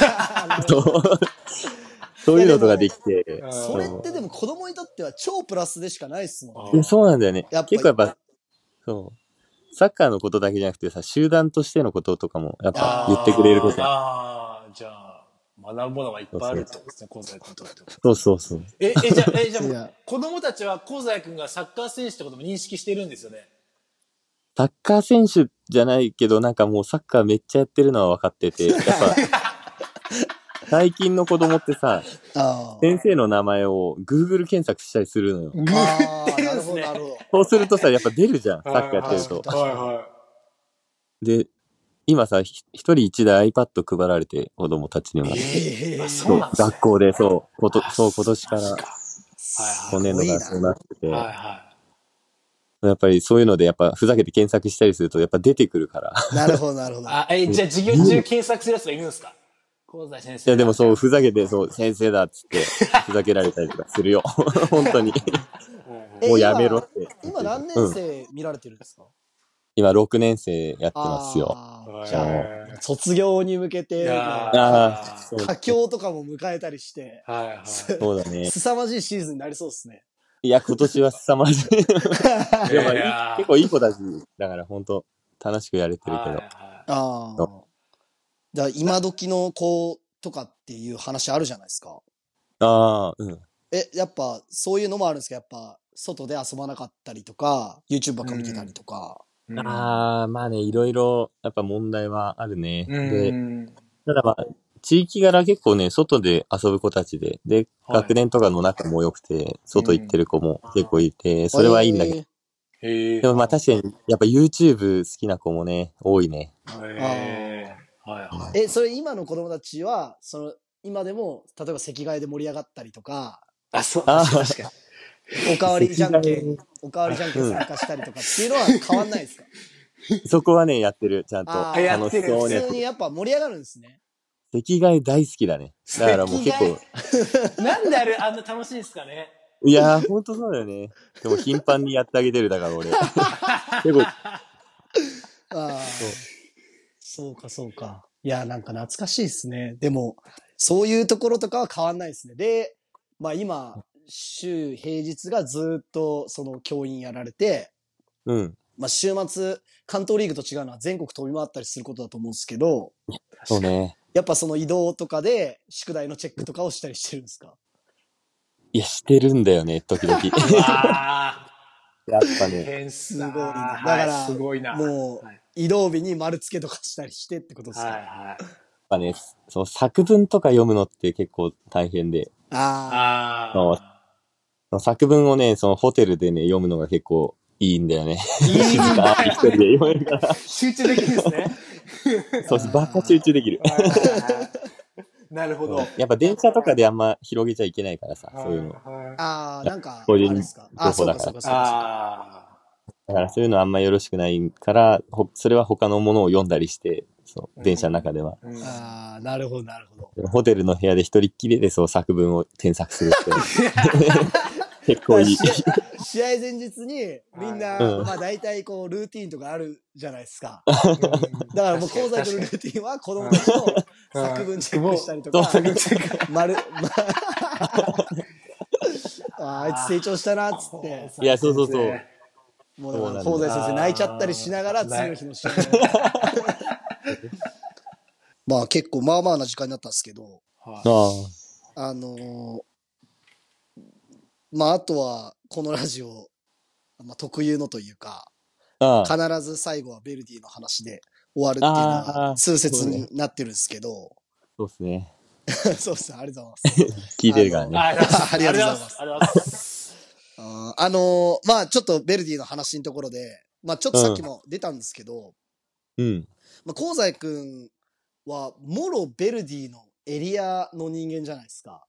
そういうのとかできて。 それってでも子供にとっては超プラスでしかないっすもんね。そうなんだよね。結構やっぱ、そう。サッカーのことだけじゃなくてさ、集団としてのこととかもやっぱ言ってくれること。 じゃあ、学ぶものがいっぱいあるってことですね、香西君にとっては。そう。 じゃあ、子供たちは香西君がサッカー選手ってことも認識してるんですよね。 サッカー選手じゃないけど、なんかもうサッカーめっちゃやってるのは分かってて、やっぱ、最近の子供ってさ、先生の名前を Google 検索したりするのよ。 なるほど。 そうするとさ、やっぱ出るじゃん、サッカーやってると。で、今さ、一人一台 iPad 配られて、子供たちにも。 そうなんですね。 学校で、今年から、今年度がそうなってて。やっぱりそういうので、やっぱふざけて検索したりすると、やっぱ出てくるから。 なるほど。 じゃあ授業中検索するやつがいるんですか？香西先生。 いや、でもふざけて、先生だっつって、ふざけられたりとかするよ。本当に。もうやめろって。 今何年生見られてるんですか？ 今6年生やってますよ。 じゃあ、卒業に向けて、佳境とかも迎えたりして、 そうだね。 凄まじいシーズンになりそうですね。 いや、今年は凄まじい。でも結構いい子たちだから、本当楽しくやれてるけど。 だ今時の子とかっていう話あるじゃないですか。やっぱそういうのもあるんですか？やっぱ外で遊ばなかったりとか、YouTube ばっか見てたりとか。 まあね、いろいろやっぱ問題はあるね。で、ただまあ、地域柄結構ね、外で遊ぶ子たちで、学年とかの仲も良くて、外行ってる子も結構いて、それはいいんだけど。でもまあ確かに、やっぱ YouTube 好きな子もね、多いね。 それ今の子供たちは、今でも、例えば席替えで盛り上がったりとか、 確かに。 おかわりじゃんけん参加したりとかっていうのは変わんないですか？ そこはね、やってる、ちゃんと。 楽しそうに。普通にやっぱ盛り上がるんですね。 席替え大好きだね。だからもう結構。 なんであんな楽しいんですかね？ いやー、ほんとそうだよね。でも頻繁にやってあげてる、だから俺。結構。 そうか。いや、なんか懐かしいですね。でも、そういうところとかは変わんないですね。で、まあ今、平日がずっと教員やられて、まあ週末、関東リーグと違うのは全国飛び回ったりすることだと思うんですけど、 そうね。 やっぱ移動とかで宿題のチェックとかをしたりしてるんですか？ いや、してるんだよね、時々。やっぱね。 すごいな。だから、もう、移動日に丸付けとかしたりしてってことですか？ やっぱね、作文とか読むのって結構大変で。作文をね、ホテルでね、読むのが結構いいんだよね。静かに一人で読めるから。 集中できるんですね。 バカ集中できる。 なるほど。 やっぱ電車とかであんま広げちゃいけないからさ、そういうの。 なんか、 個人情報だから。だからそういうのあんまよろしくないから、それは他のものを読んだりして、そう、電車の中では。 なるほど、なるほど。ホテルの部屋で一人っきりでそう作文を添削するって。結構いい。 試合前日にみんな、まあ大体こうルーティーンとかあるじゃないですか。だからもう香西君のルーティーンは子供たちの作文チェックしたりとか、あいつ成長したなっつって。 いや、そうそうそう。 もう香西先生泣いちゃったりしながら次の日の試合。まあ結構まあまあな時間になったんですけど、まああとはこのラジオ、まあ、特有のというか、必ず最後はベルディの話で終わるっていうのは通説になってるんですけど。 そうですね。 そうですね。ありがとうございます。 聞いてるからね。 ありがとうございます。まあちょっとベルディの話のところで、まあちょっとさっきも出たんですけど、まあ香西くんはもろベルディのエリアの人間じゃないですか。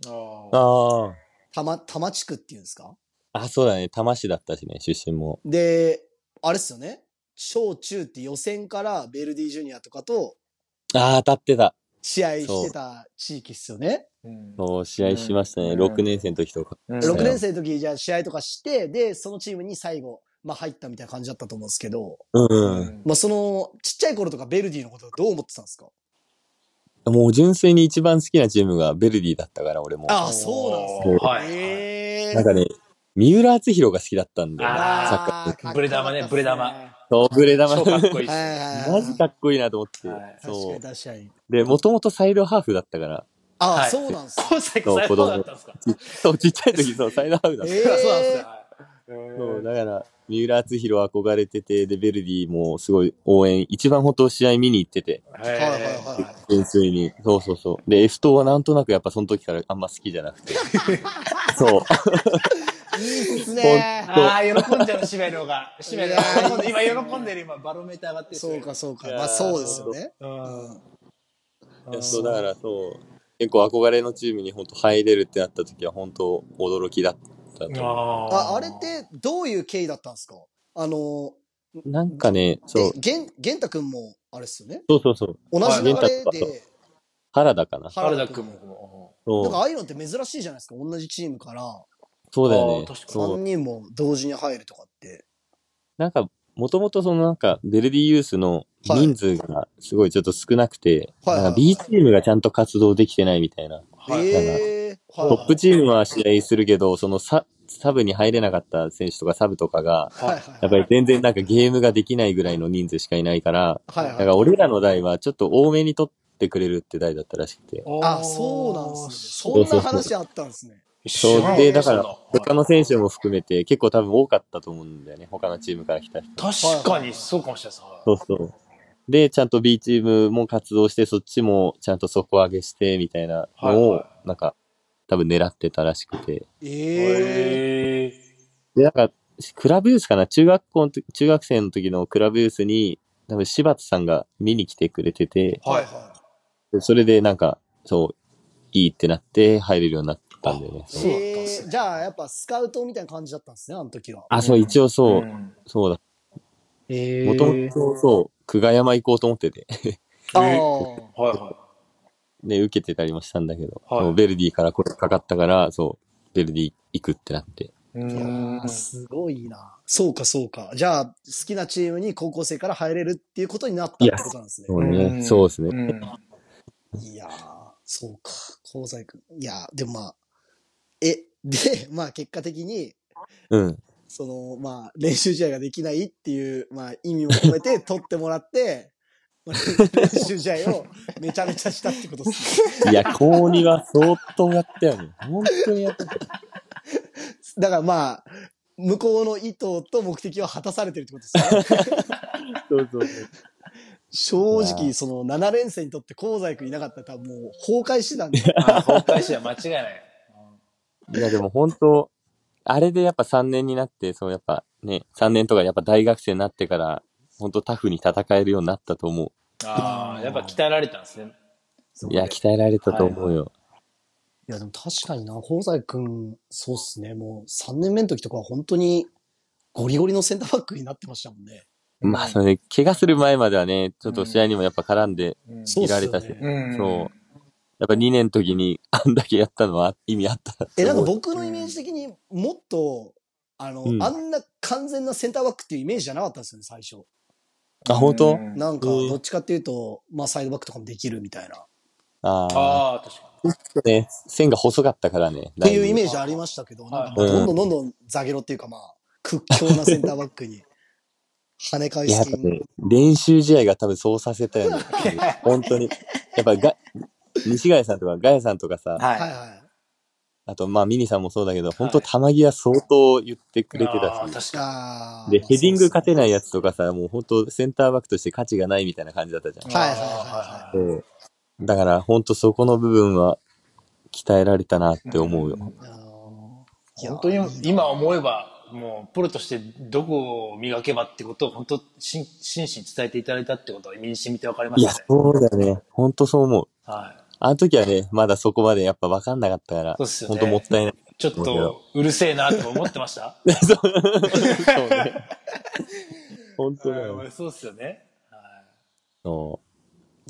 多摩地区っていうんですか？ そうだね。多摩市だったしね、出身も。 で、あれっすよね。小中って予選からベルディジュニアとかと、 当たってた。 試合してた地域っすよね。 そう、試合しましたね。6年生の時とか。 6年生の時じゃあ試合とかして、で、そのチームに最後、まあ入ったみたいな感じだったと思うんですけど、まあその、ちっちゃい頃とかベルディのことどう思ってたんですか？ もう純粋に一番好きなチームがベルディだったから、俺も。 そうなんですか。なんかね、三浦篤弘が好きだったんだよね。 サッカー。ブレ玉ね、ブレ玉。 そう、ブレ玉。 超かっこいいし。 マジかっこいいなと思って。 そう。確かに。 で、もともとサイドハーフだったから。 そうなんですか。 サイドハーフだったんですか？ そう、ちっちゃい時、そう、サイドハーフだった。 そうなんですよ。 そう、だから、三浦篤弘憧れてて、で、ベルディもすごい応援、一番本当試合見に行ってて。純粋に。そうそうそう。で、F 党はなんとなくやっぱその時からあんま好きじゃなくて。そう。 いいっすね。 喜んじゃう、シメの方が。シメが。今喜んでる、今、バロメーター上がってる。 そうか、そうか。まあそうですよね。 そう、だからそう、結構憧れのチームに本当入れるってなった時は本当驚きだったと。 あれってどういう経緯だったんですか？ なんかね、そう。 玄太くんも、あれっすよね。 そうそうそう。 同じ流れで。 原田かな。 原田くんも。 なんかああいうのって珍しいじゃないですか。同じチームから。 そうだよね。 3人も同時に入るとかって。 なんか、もともとそのなんか、ベルディユースの人数がすごいちょっと少なくて、なんか B チームがちゃんと活動できてないみたいな。トップチームは試合するけど、そのサブに入れなかった選手とかサブとかが、やっぱり全然なんかゲームができないぐらいの人数しかいないから、だから俺らの代はちょっと多めに取ってくれるって代だったらしくて。 そうなんですね。そんな話あったんですね。 そうで、だから、他の選手も含めて結構多分多かったと思うんだよね。他のチームから来た人。 確かに、そうかもしれない。 そうそう。で、ちゃんと B チームも活動して、そっちもちゃんと底上げして、みたいなのを、なんか、多分狙ってたらしくて。で、なんか、クラブユースかな？中学生の時のクラブユースに、多分柴田さんが見に来てくれてて、それでなんか、そう、いいってなって入れるようになったんだよね。 じゃあ、やっぱスカウトみたいな感じだったんですね、あの時は。 そう、一応そう、そうだ。もともとそう、久我山行こうと思ってて。で、受けてたりもしたんだけど、ベルディから声かかったから、そう、ベルディ行くってなって。 すごいな。そうか、そうか。じゃあ、好きなチームに高校生から入れるっていうことになったってことなんですね。 そうね、そうですね。 いやー、そうか、香西くん。いやー、でもまあ、まあ結果的に、その、まあ、練習試合ができないっていう、まあ、意味も込めて取ってもらって、練習試合をめちゃめちゃしたってことですね。いや、高2は相当やったよね。本当にやった。 だからまあ、向こうの意図と目的は果たされてるってことですね。 そうそうそう。 正直、その7連戦にとって香西くんいなかったら多分もう崩壊してたんで。 崩壊してた、間違いない。 いや、でも本当、あれでやっぱ3年になって、そうやっぱね、3年とかやっぱ大学生になってから、本当タフに戦えるようになったと思う。 やっぱ鍛えられたんですね。 いや、鍛えられたと思うよ。 いや、でも確かにな、香西くん、そうっすね。もう3年目の時とかは本当にゴリゴリのセンターバックになってましたもんね。 まあ、それ、怪我する前まではね、ちょっと試合にもやっぱ絡んでいられたし、そう。やっぱ2年の時にあんだけやったのは意味あった。 なんか僕のイメージ的にもっと、あんな完全なセンターバックっていうイメージじゃなかったんですよね、最初。 あ、本当？ なんか、どっちかっていうと、まあ、サイドバックとかもできるみたいな。 ああ、確かに。ね、線が細かったからね。 っていうイメージありましたけど、なんかどんどんザゲロっていうかまあ、屈強なセンターバックに跳ね返しね、練習試合が多分そうさせたよね。本当に。やっぱ西貝さんとかガヤさんとかさ、 はいはい。 あとまあミニさんもそうだけど、本当球際相当言ってくれてたし。 確かに。で、ヘディング勝てないやつとかさ、もう本当センターバックとして価値がないみたいな感じだったじゃん。 はいはいはいはい。 だから本当そこの部分は鍛えられたなって思うよ。 本当に今思えば、もうプロとしてどこを磨けばってことを本当真摯に伝えていただいたってことは身に染みて分かりましたね。 いや、そうだよね。本当そう思う。 はい。 あの時はね、まだそこまでやっぱ分かんなかったから、そうっすよね、本当もったいない。 ちょっとうるせえなと思ってましたそうね。本当だよ。 そうっすよね。はい。 そう。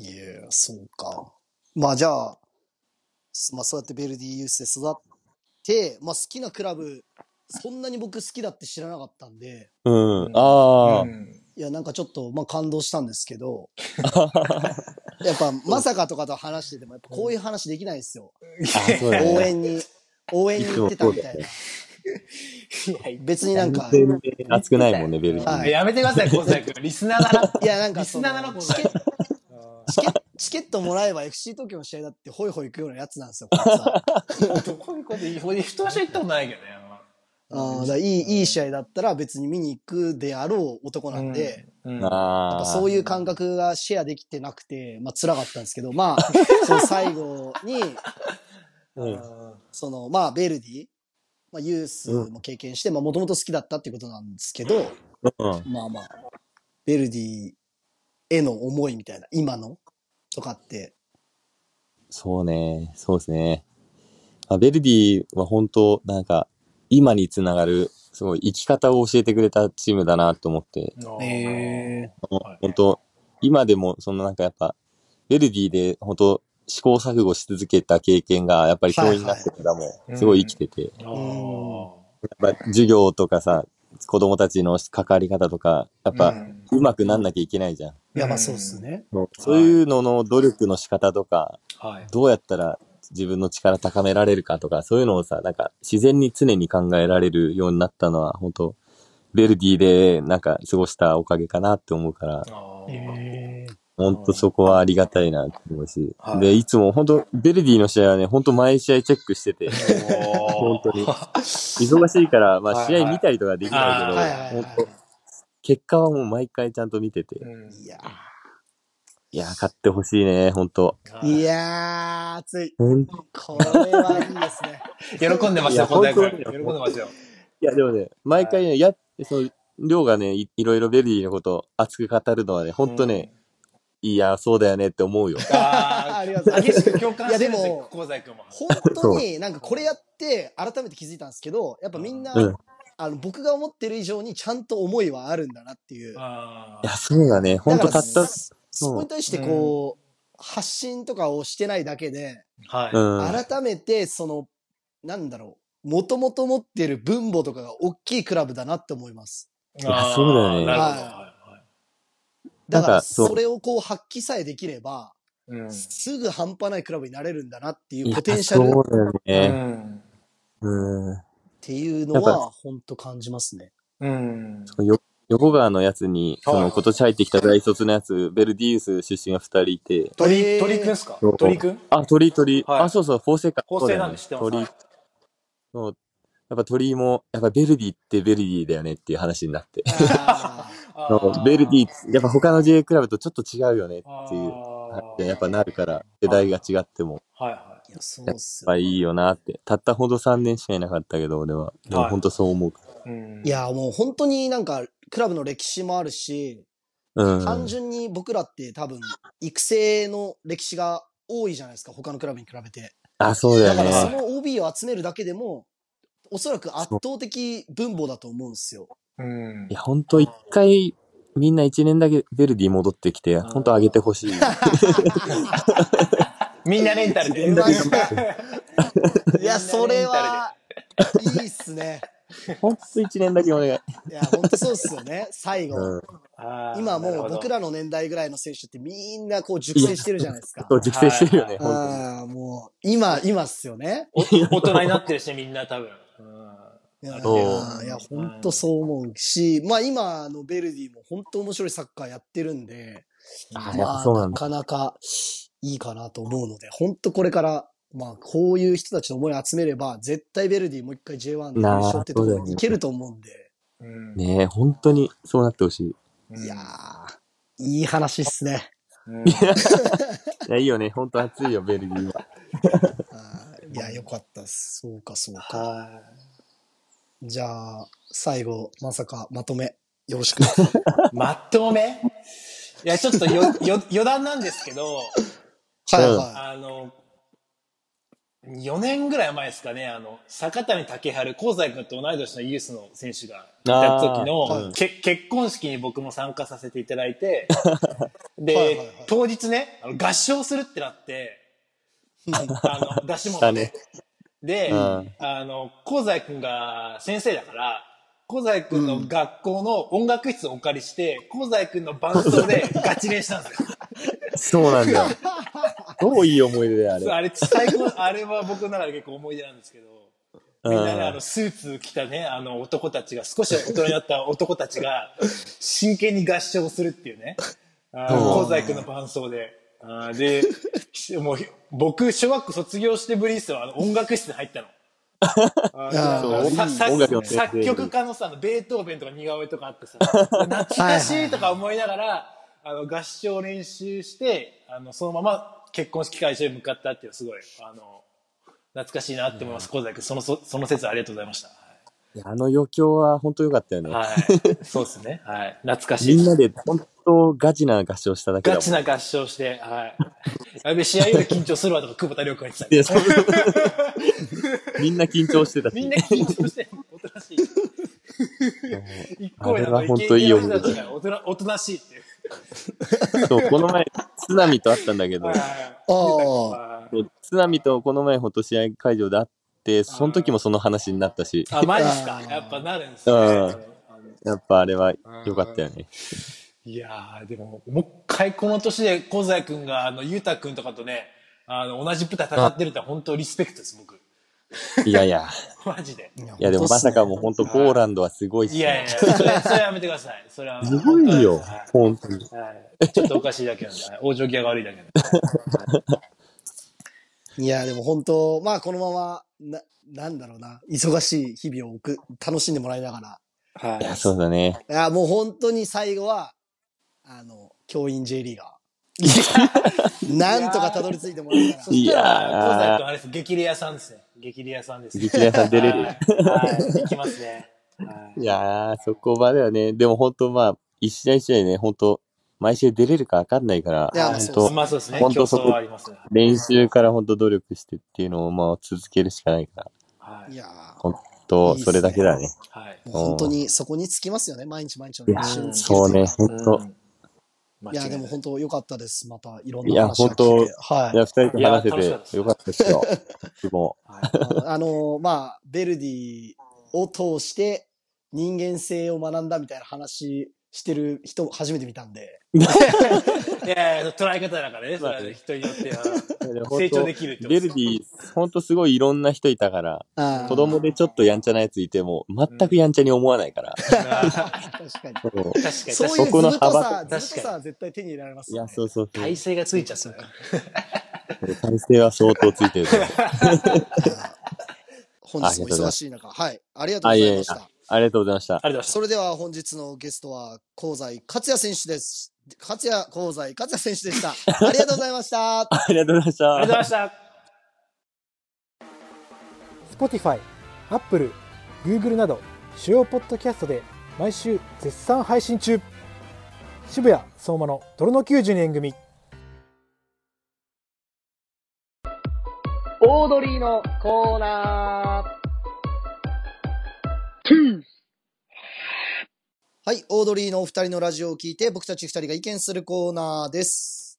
いや、そうか。まあじゃあ、まあそうやってベルディユースで育って、まあ好きなクラブ、そんなに僕好きだって知らなかったんで。 ああ。 いや、なんかちょっと、まあ感動したんですけど。やっぱ、まさかとかと話してても、やっぱこういう話できないですよ。応援に行ってたみたいな。別になんか。 熱くないもんね、ベルディ。 やめてください、小崎君。リスナーだな。 いや、なんかリスナーだな、小崎君。チケットもらえば FC 東京の試合だってホイホイ行くようなやつなんですよ、こいつは。 どこにこで人は行ったことないけどね。 いい試合だったら別に見に行くであろう男なんで、やっぱそういう感覚がシェアできてなくて、まあ辛かったんですけど、まあ、その最後に、その、まあベルディ、まあユースも経験して、まあもともと好きだったっていうことなんですけど、まあまあ、ベルディへの思いみたいな、今のとかって。 そうね、そうですね。ベルディは本当なんか、今につながる、すごい生き方を教えてくれたチームだなと思って。本当今でも、そのなんかやっぱ、ベルディで本当試行錯誤し続けた経験が、やっぱり教員になってからも、すごい生きてて。やっぱ授業とかさ、子供たちの関わり方とか、やっぱ、うまくなんなきゃいけないじゃん。いや、まあそうっすね。 そういうのの努力の仕方とか、どうやったら自分の力高められるかとか、そういうのをさ、なんか自然に常に考えられるようになったのは、本当ベルディでなんか過ごしたおかげかなって思うから、本当そこはありがたいなって思うし、で、いつも本当ベルディの試合はね、本当毎試合チェックしてて、本当に。忙しいから、まあ試合見たりとかできないけど、本当結果はもう毎回ちゃんと見てて。いや、勝ってほしいね、ほんと。 いやー、熱い。これはいいですね。 喜んでますよ、小田君。喜んでますよ。 いや、でもね、毎回ね、りょうがね、いろいろベルディのことを熱く語るのはね、ほんとね、いや、そうだよねって思うよ。 ありがとうございます。 激しく共感してるんですよ、香西君も。 本当になんかこれやって改めて気づいたんですけど、やっぱみんな、僕が思ってる以上にちゃんと思いはあるんだなっていう。いや、そうだね。ほんとたった。 そこに対してこう、発信とかをしてないだけで、改めてその、なんだろう、もともと持ってる分母とかが大きいクラブだなって思います。 いや、そうだよね。 だからそれをこう発揮さえできれば、すぐ半端ないクラブになれるんだなっていうポテンシャル。 そうだよね。 っていうのは本当感じますね。 横川のやつに、その今年入ってきた大卒のやつ、ベルディウス出身が2人いて。 鳥くんすか？鳥くん？ あ、鳥。あ、そうそう、法政か。 法政なんで知ってます。 鳥。そう。やっぱ鳥も、やっぱベルディってベルディだよねっていう話になって。ベルディ、やっぱ他の J クラブとちょっと違うよねっていう、やっぱなるから、世代が違っても。 いや、そうっすよ。やっぱいいよなって。たったほど3年しかいなかったけど、俺は。でも本当そう思う。 いや、もう本当になんか、クラブの歴史もあるし、単純に僕らって多分、育成の歴史が多いじゃないですか、他のクラブに比べて。 あ、そうだよね。 だからその OB を集めるだけでも、おそらく圧倒的分母だと思うんですよ。 いや、ほんと一回、みんな1年だけベルディ戻ってきて、ほんと上げてほしい。 みんなレンタルで。 いや、それは、いいっすね。 ほんと1年だけお願い。 いや、ほんとそうっすよね。最後。今もう僕らの年代ぐらいの選手ってみんなこう熟成してるじゃないですか。 そう、熟成してるよね、 ほんとに。もう、今っすよね。 大人になってるしね、みんな多分。 いや、ほんとそう思うし、まあ今のベルディもほんと面白いサッカーやってるんで、まあなかなかいいかなと思うので、ほんとこれから、まあこういう人たちの思いを集めれば、絶対ベルディもう一回 J1 で優勝ってところに行けると思うんで。 ねえ、本当にそうなってほしい。 いやー、いい話っすね。 いや、いいよね。本当熱いよ、ベルギーは。 いや、よかったっす。そうか、そうか。じゃあ、最後、まさか、まとめ、よろしく。 まとめ？いや、ちょっと余談なんですけど、4年ぐらい前ですかね、坂谷竹春、香西君と同い年のユースの選手がいた時の、結婚式に僕も参加させていただいて、で、当日ね、合唱するってなって、出し物で。で、香西君が先生だから、香西君の学校の音楽室をお借りして、香西君の伴奏でガチ練したんですよ。 そうなんだ。どういい思い出だよ、あれ。 あれ、最高、あれは僕の中で結構思い出なんですけど、みんなね、スーツ着たね、男たちが、少し大人になった男たちが、真剣に合唱するっていうね、香西君の伴奏で。で、もう、僕、小学校卒業してぶりですよ、音楽室に入ったの。作曲家のさ、ベートーベンとか似顔絵とかあってさ、懐かしいとか思いながら、合唱練習して、そのまま結婚式会場へ向かったっていう、すごい、懐かしいなって思います。香西君、その説ありがとうございました。 いや、余興は本当良かったよね。 はい。そうですね。はい。懐かしい。 みんなで本当ガチな合唱しただけだもん。 ガチな合唱して、はい。やべ、試合より緊張するわとか、久保田涼子が言ってた。 みんな緊張してたし。 みんな緊張して、おとなしい。一個目のイケイケの人たちがおとなしいっていう。 そう、この前、津波と会ったんだけど、津波とこの前、ほんと試合会場で会って、その時もその話になったし。 マジっすか。やっぱなるんですね。 やっぱあれは良かったよね。 いやー、でも、もう一回この年で香西くんが、ゆうたくんとかとね、同じ舞台戦ってるって本当リスペクトです、僕。 いやいや。 マジで。 いや、でもまさかもう本当ポーランドはすごいっすね。 いやいや、それやめてください。それは。 すごいよ、本当に。 ちょっとおかしいだけなんで、往生際が悪いだけなんで。 いや、でも本当、まあこのまま、なんだろうな、忙しい日々を楽しんでもらいながら。 はい。いや、そうだね。 いや、もう本当に最後は、教員 J リーガー。なんとかたどり着いてもらえたら。 そしたら、香西とあれです、激レアさんですね。激レアさんです。 激レアさん出れる。はい、 行きますね。 いやー、そこまではね、でも本当まあ、一試合一試合ね、本当毎週出れるか分かんないから、 本当、まあそうですね。 本当そこ、練習から本当努力してっていうのをまあ続けるしかないから。 いや本当、それだけだね。 はい。本当にそこにつきますよね、毎日毎日の練習につきそうね、本当。 いや、でも本当良かったです。またいろんな話が聞いて。 いや、本当、はい。いや、二人と話せてよかったですよ。 まあ、ベルディを通して人間性を学んだみたいな話してる人初めて見たんで。 いやいや、捉え方だからね、それは人によっては。成長できるってことベルディ、本当すごいいろんな人いたから、子供でちょっとやんちゃなやついても、全くやんちゃに思わないから。 確かに。そういうずぶとさ絶対手に入れられます、ね。 いや、そうそう。 体勢がついちゃった。 体勢は相当ついてる。 本日も忙しい中、はい、ありがとうございました。 ありがとうございました。 それでは本日のゲストは、香西克也選手です。香西克也選手でした。ありがとうございました。 ありがとうございました。 ありがとうございました。Spotify、Apple、Google など主要ポッドキャストで毎週絶賛配信中。渋谷相馬の泥の92年組。 オードリーのコーナー。はい、オードリーのお二人のラジオを聞いて僕たち二人が意見するコーナーです。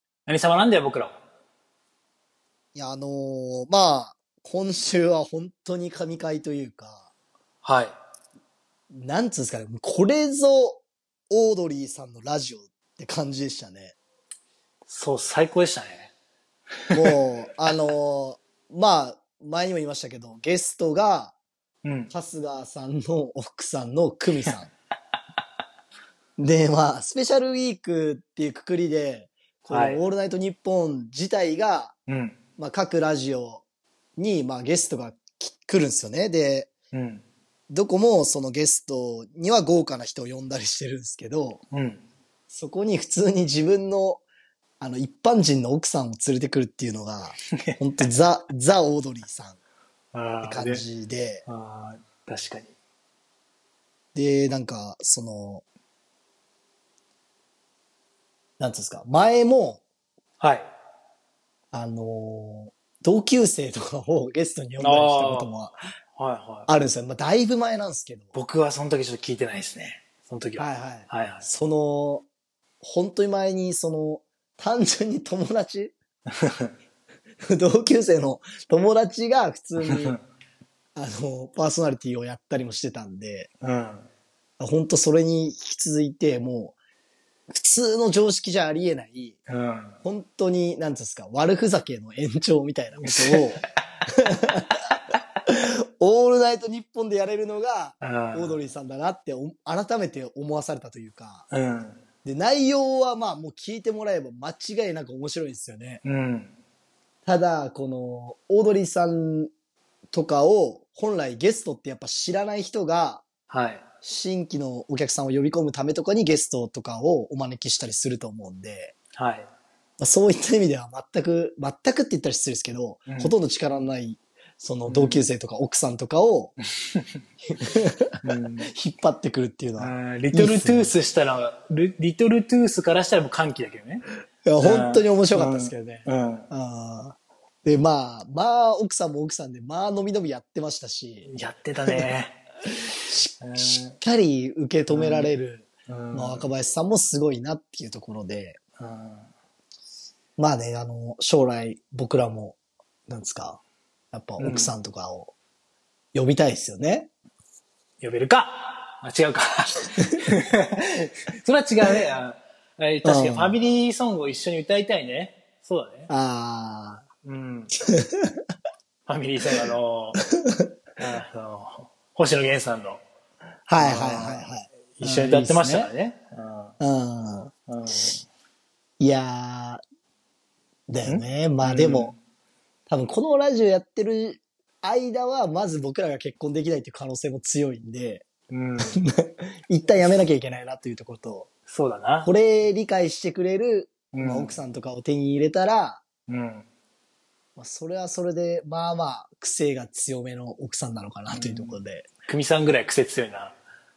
何様なんだよ僕ら。 いやまあ今週は本当に神回というか、 はい。 なんつうんですかね、これぞオードリーさんのラジオって感じでしたね。 そう、最高でしたね。 もうまあ前にも言いましたけど、ゲストが春日さんの奥さんの久美さん。で、まあ、スペシャルウィークっていうくくりで、このオールナイトニッポン自体が、まあ、各ラジオに、まあ、ゲストが来るんですよね。で、どこもそのゲストには豪華な人を呼んだりしてるんですけど、そこに普通に自分の、一般人の奥さんを連れてくるっていうのが、本当ザ・オードリーさんって感じで。 確かに。 で、なんか、なんつうんですか、前も、 はい。 同級生とかをゲストに呼んだりしたこともあるんですよ。まあ、だいぶ前なんですけど。 僕はその時ちょっと聞いてないですね。その時は。 はい。本当に前に、単純に友達同級生の友達が普通に、パーソナリティをやったりもしてたんで、本当それに引き続いて、もう、普通の常識じゃありえない、本当に、なんていうんですか、悪ふざけの延長みたいなことを、オールナイトニッポンでやれるのが、オードリーさんだなって改めて思わされたというか、で、内容はまあもう聞いてもらえば間違いなく面白いんですよね。ただ、この、オードリーさんとかを、本来ゲストってやっぱ知らない人が、新規のお客さんを呼び込むためとかにゲストとかをお招きしたりすると思うんで、そういった意味では全くって言ったら失礼ですけど、ほとんど力のない、その同級生とか奥さんとかを、引っ張ってくるっていうのは、 リトルトゥースしたら、リトルトゥースからしたらもう歓喜だけどね。 いや、本当に面白かったですけどね。で、まあ、奥さんも奥さんで、まあ、のびのびやってましたし。 やってたね。 しっかり受け止められる、まあ、若林さんもすごいなっていうところで。まあね、将来僕らも、なんですか、やっぱ奥さんとかを呼びたいですよね。 呼べるか違うか。それは違うね。確かにファミリーソングを一緒に歌いたいね。そうだね。ファミリーソング星野源さんの。一緒に歌ってましたからね。 いやー、だよね。まあでも、多分このラジオやってる間は、まず僕らが結婚できないっていう可能性も強いんで、一旦やめなきゃいけないなというところと、 そうだな。 これ理解してくれる、まあ、奥さんとかを手に入れたら、まあ、それはそれで、まあまあ、癖が強めの奥さんなのかなというところで。 久美さんぐらい癖強いな。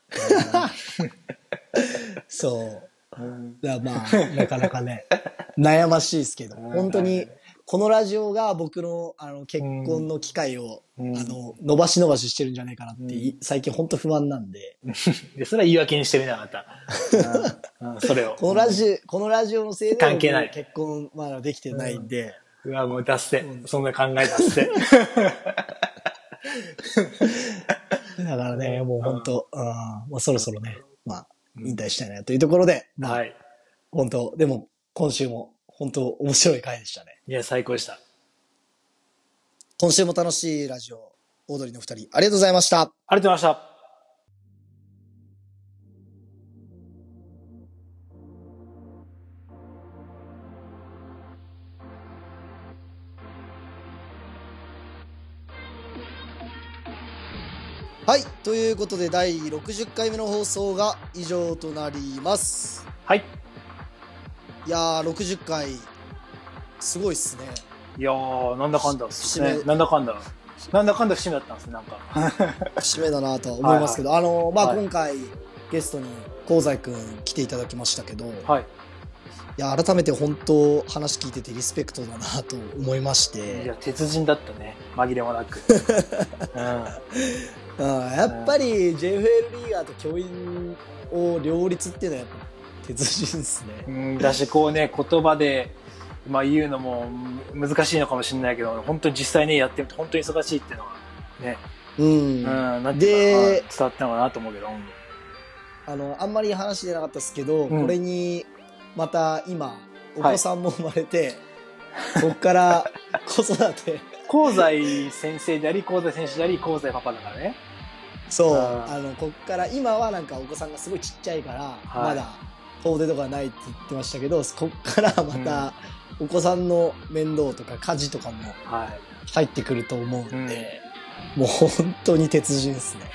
そう。だまあ、なかなかね、悩ましいですけど、本当に、このラジオが僕の、結婚の機会を、伸ばししてるんじゃないかなって、最近本当不安なんで。 で、それは言い訳にしてみなかった。それを。 このラジオのせいで、 関係ない。 結婚、まだできてないんで。 うわ、もう出して。そんな考え出して。 だからね、もう本当、まあ、そろそろね、まあ、引退したいなというところで、まあ、本当、でも、今週も、本当、面白い回でしたね。 いや、最高でした。 今週も楽しいラジオ、オードリーの二人、ありがとうございました。ありがとうございました。 はい。ということで、第60回目の放送が以上となります。 はい。 いやー、60回、すごいっすね。 いやー、なんだかんだ節目。なんだかんだ節目だったんですね、なんか。 節目だなとは思いますけど、まあ、今回、ゲストに香西くん来ていただきましたけど、 いや、改めて本当話聞いててリスペクトだなと思いまして。 いや、鉄人だったね。紛れもなく。 やっぱり JFL リーガーと教員を両立っていうのはやっぱ鉄人ですね。 だし、こうね、言葉で、まあ言うのも難しいのかもしれないけど、本当に実際ね、やってみて本当に忙しいっていうのはね。なんていうか、伝わったのかなと思うけど。 あんまり話出なかったですけど、これに、また今、お子さんも生まれて、こっから子育て。 香西先生であり、香西選手であり、香西パパだからね。 そう。こっから、今はなんかお子さんがすごいちっちゃいから、まだ遠出とかないって言ってましたけど、こっからまた、お子さんの面倒とか家事とかも入ってくると思うんで、もう本当に鉄人ですね。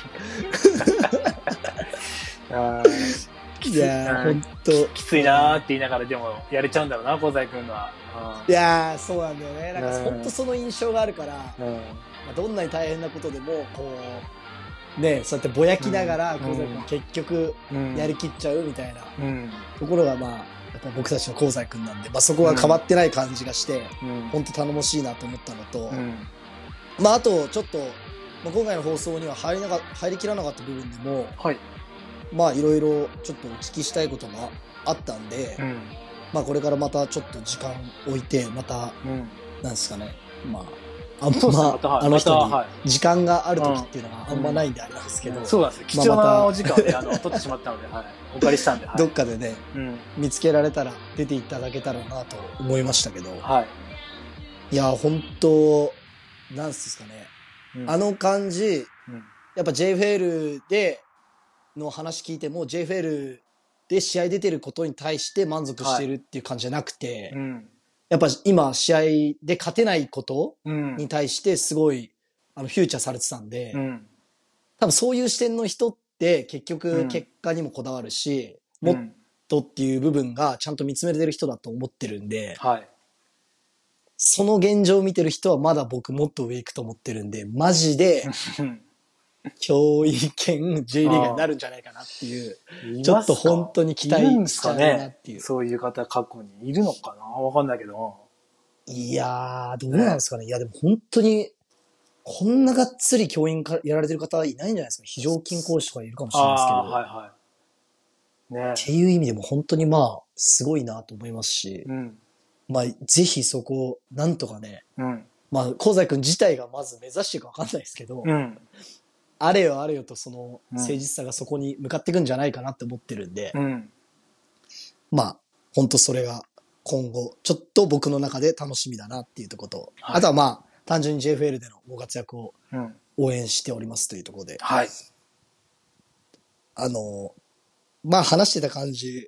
いやー、ほんと。 きついなーって言いながらでもやれちゃうんだろうな、香西くんのは。 いやー、そうなんだよね。なんかほんとその印象があるから、どんなに大変なことでも、こう、ね、そうやってぼやきながら、香西くん結局やりきっちゃうみたいなところが、まあ、やっぱ僕たちの香西くんなんで、まあそこは変わってない感じがして、ほんと頼もしいなと思ったのと、まああと、ちょっと、まあ、今回の放送には入りきらなかった部分でも、まあいろいろちょっとお聞きしたいことがあったんで、まあこれからまたちょっと時間置いて、また、なんですかね、まあ、あんま、あの人に時間がある時っていうのがあんまないんであれなんですけど。 そうなんですよ。貴重なお時間で取ってしまったので、お借りしたんで。 どっかでね、見つけられたら出ていただけたらなと思いましたけど。いや、本当なんですかね。あの感じ、やっぱ JFL での話聞いても JFL で試合出てることに対して満足してるっていう感じじゃなくて、やっぱ今試合で勝てないことに対してすごいフューチャーされてたんで、多分そういう視点の人って結局結果にもこだわるし、もっとっていう部分がちゃんと見つめれる人だと思ってるんで、その現状を見てる人はまだ僕もっと上行くと思ってるんで、マジで教員兼 J リーガーになるんじゃないかなっていう、ちょっと本当に期待しちゃうなっていう。 そういう方過去にいるのかなわかんないけど。 いやー、どうなんですかね。いやでも本当に、こんながっつり教員やられてる方いないんじゃないですか。非常勤講師とかいるかもしれないですけど。っていう意味でも本当にまあ、すごいなと思いますし、まあ、ぜひそこを、なんとかね、まあ、香西くん自体がまず目指していくかわかんないですけど、あれよあれよとその誠実さがそこに向かっていくんじゃないかなって思ってるんで、まあ、本当それが今後、ちょっと僕の中で楽しみだなっていうところと、あとはまあ、単純に JFL でのご活躍を応援しておりますというところで、まあ話してた感じ、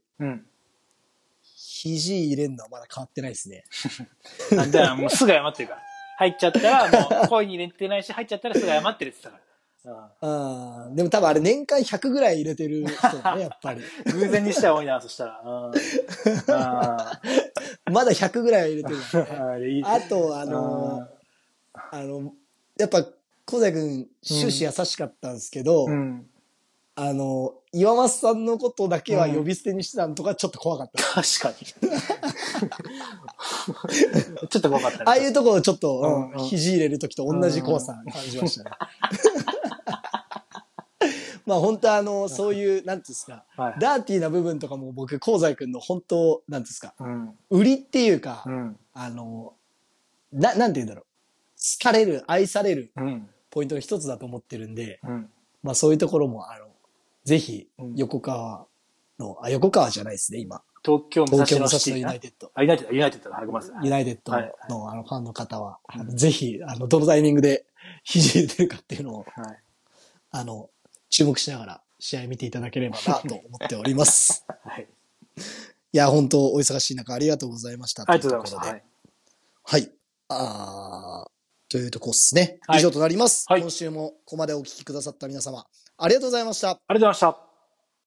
肘入れるのはまだ変わってないですね。 じゃあもうすぐ謝ってるから。入っちゃったら、もう声に入れてないし、入っちゃったらすぐ謝ってるって言ってたから。 でも多分あれ年間100ぐらい入れてる人だね、やっぱり。 偶然にしては多いな、そしたら。 まだ100ぐらい入れてる、ね。あと、やっぱ、小西くん、終始優しかったんですけど、岩松さんのことだけは呼び捨てにしてたのとかちょっと怖かった。 確かに。ちょっと怖かったね。 ああいうところちょっと、肘入れるときと同じ怖さ感じましたね。まあ本当そういう、なんていうんですか、ダーティーな部分とかも僕、香西くんの本当、なんていうんですか、売りっていうか、なんていうんだろう、好かれる、愛されるポイントの一つだと思ってるんで、まあそういうところも、ぜひ、横川じゃないですね、今。 東京武蔵野ユナイテッド。 ユナイテッドだ、ごめんなさい。 ユナイテッドのファンの方は、ぜひ、どのタイミングで肘入れてるかっていうのを、注目しながら試合見ていただければなと思っております。いや、本当お忙しい中ありがとうございました。 ありがとうございました。 はい。というとこですね。以上となります。今週もここまでお聞きくださった皆様、ありがとうございました。ありがとうございました。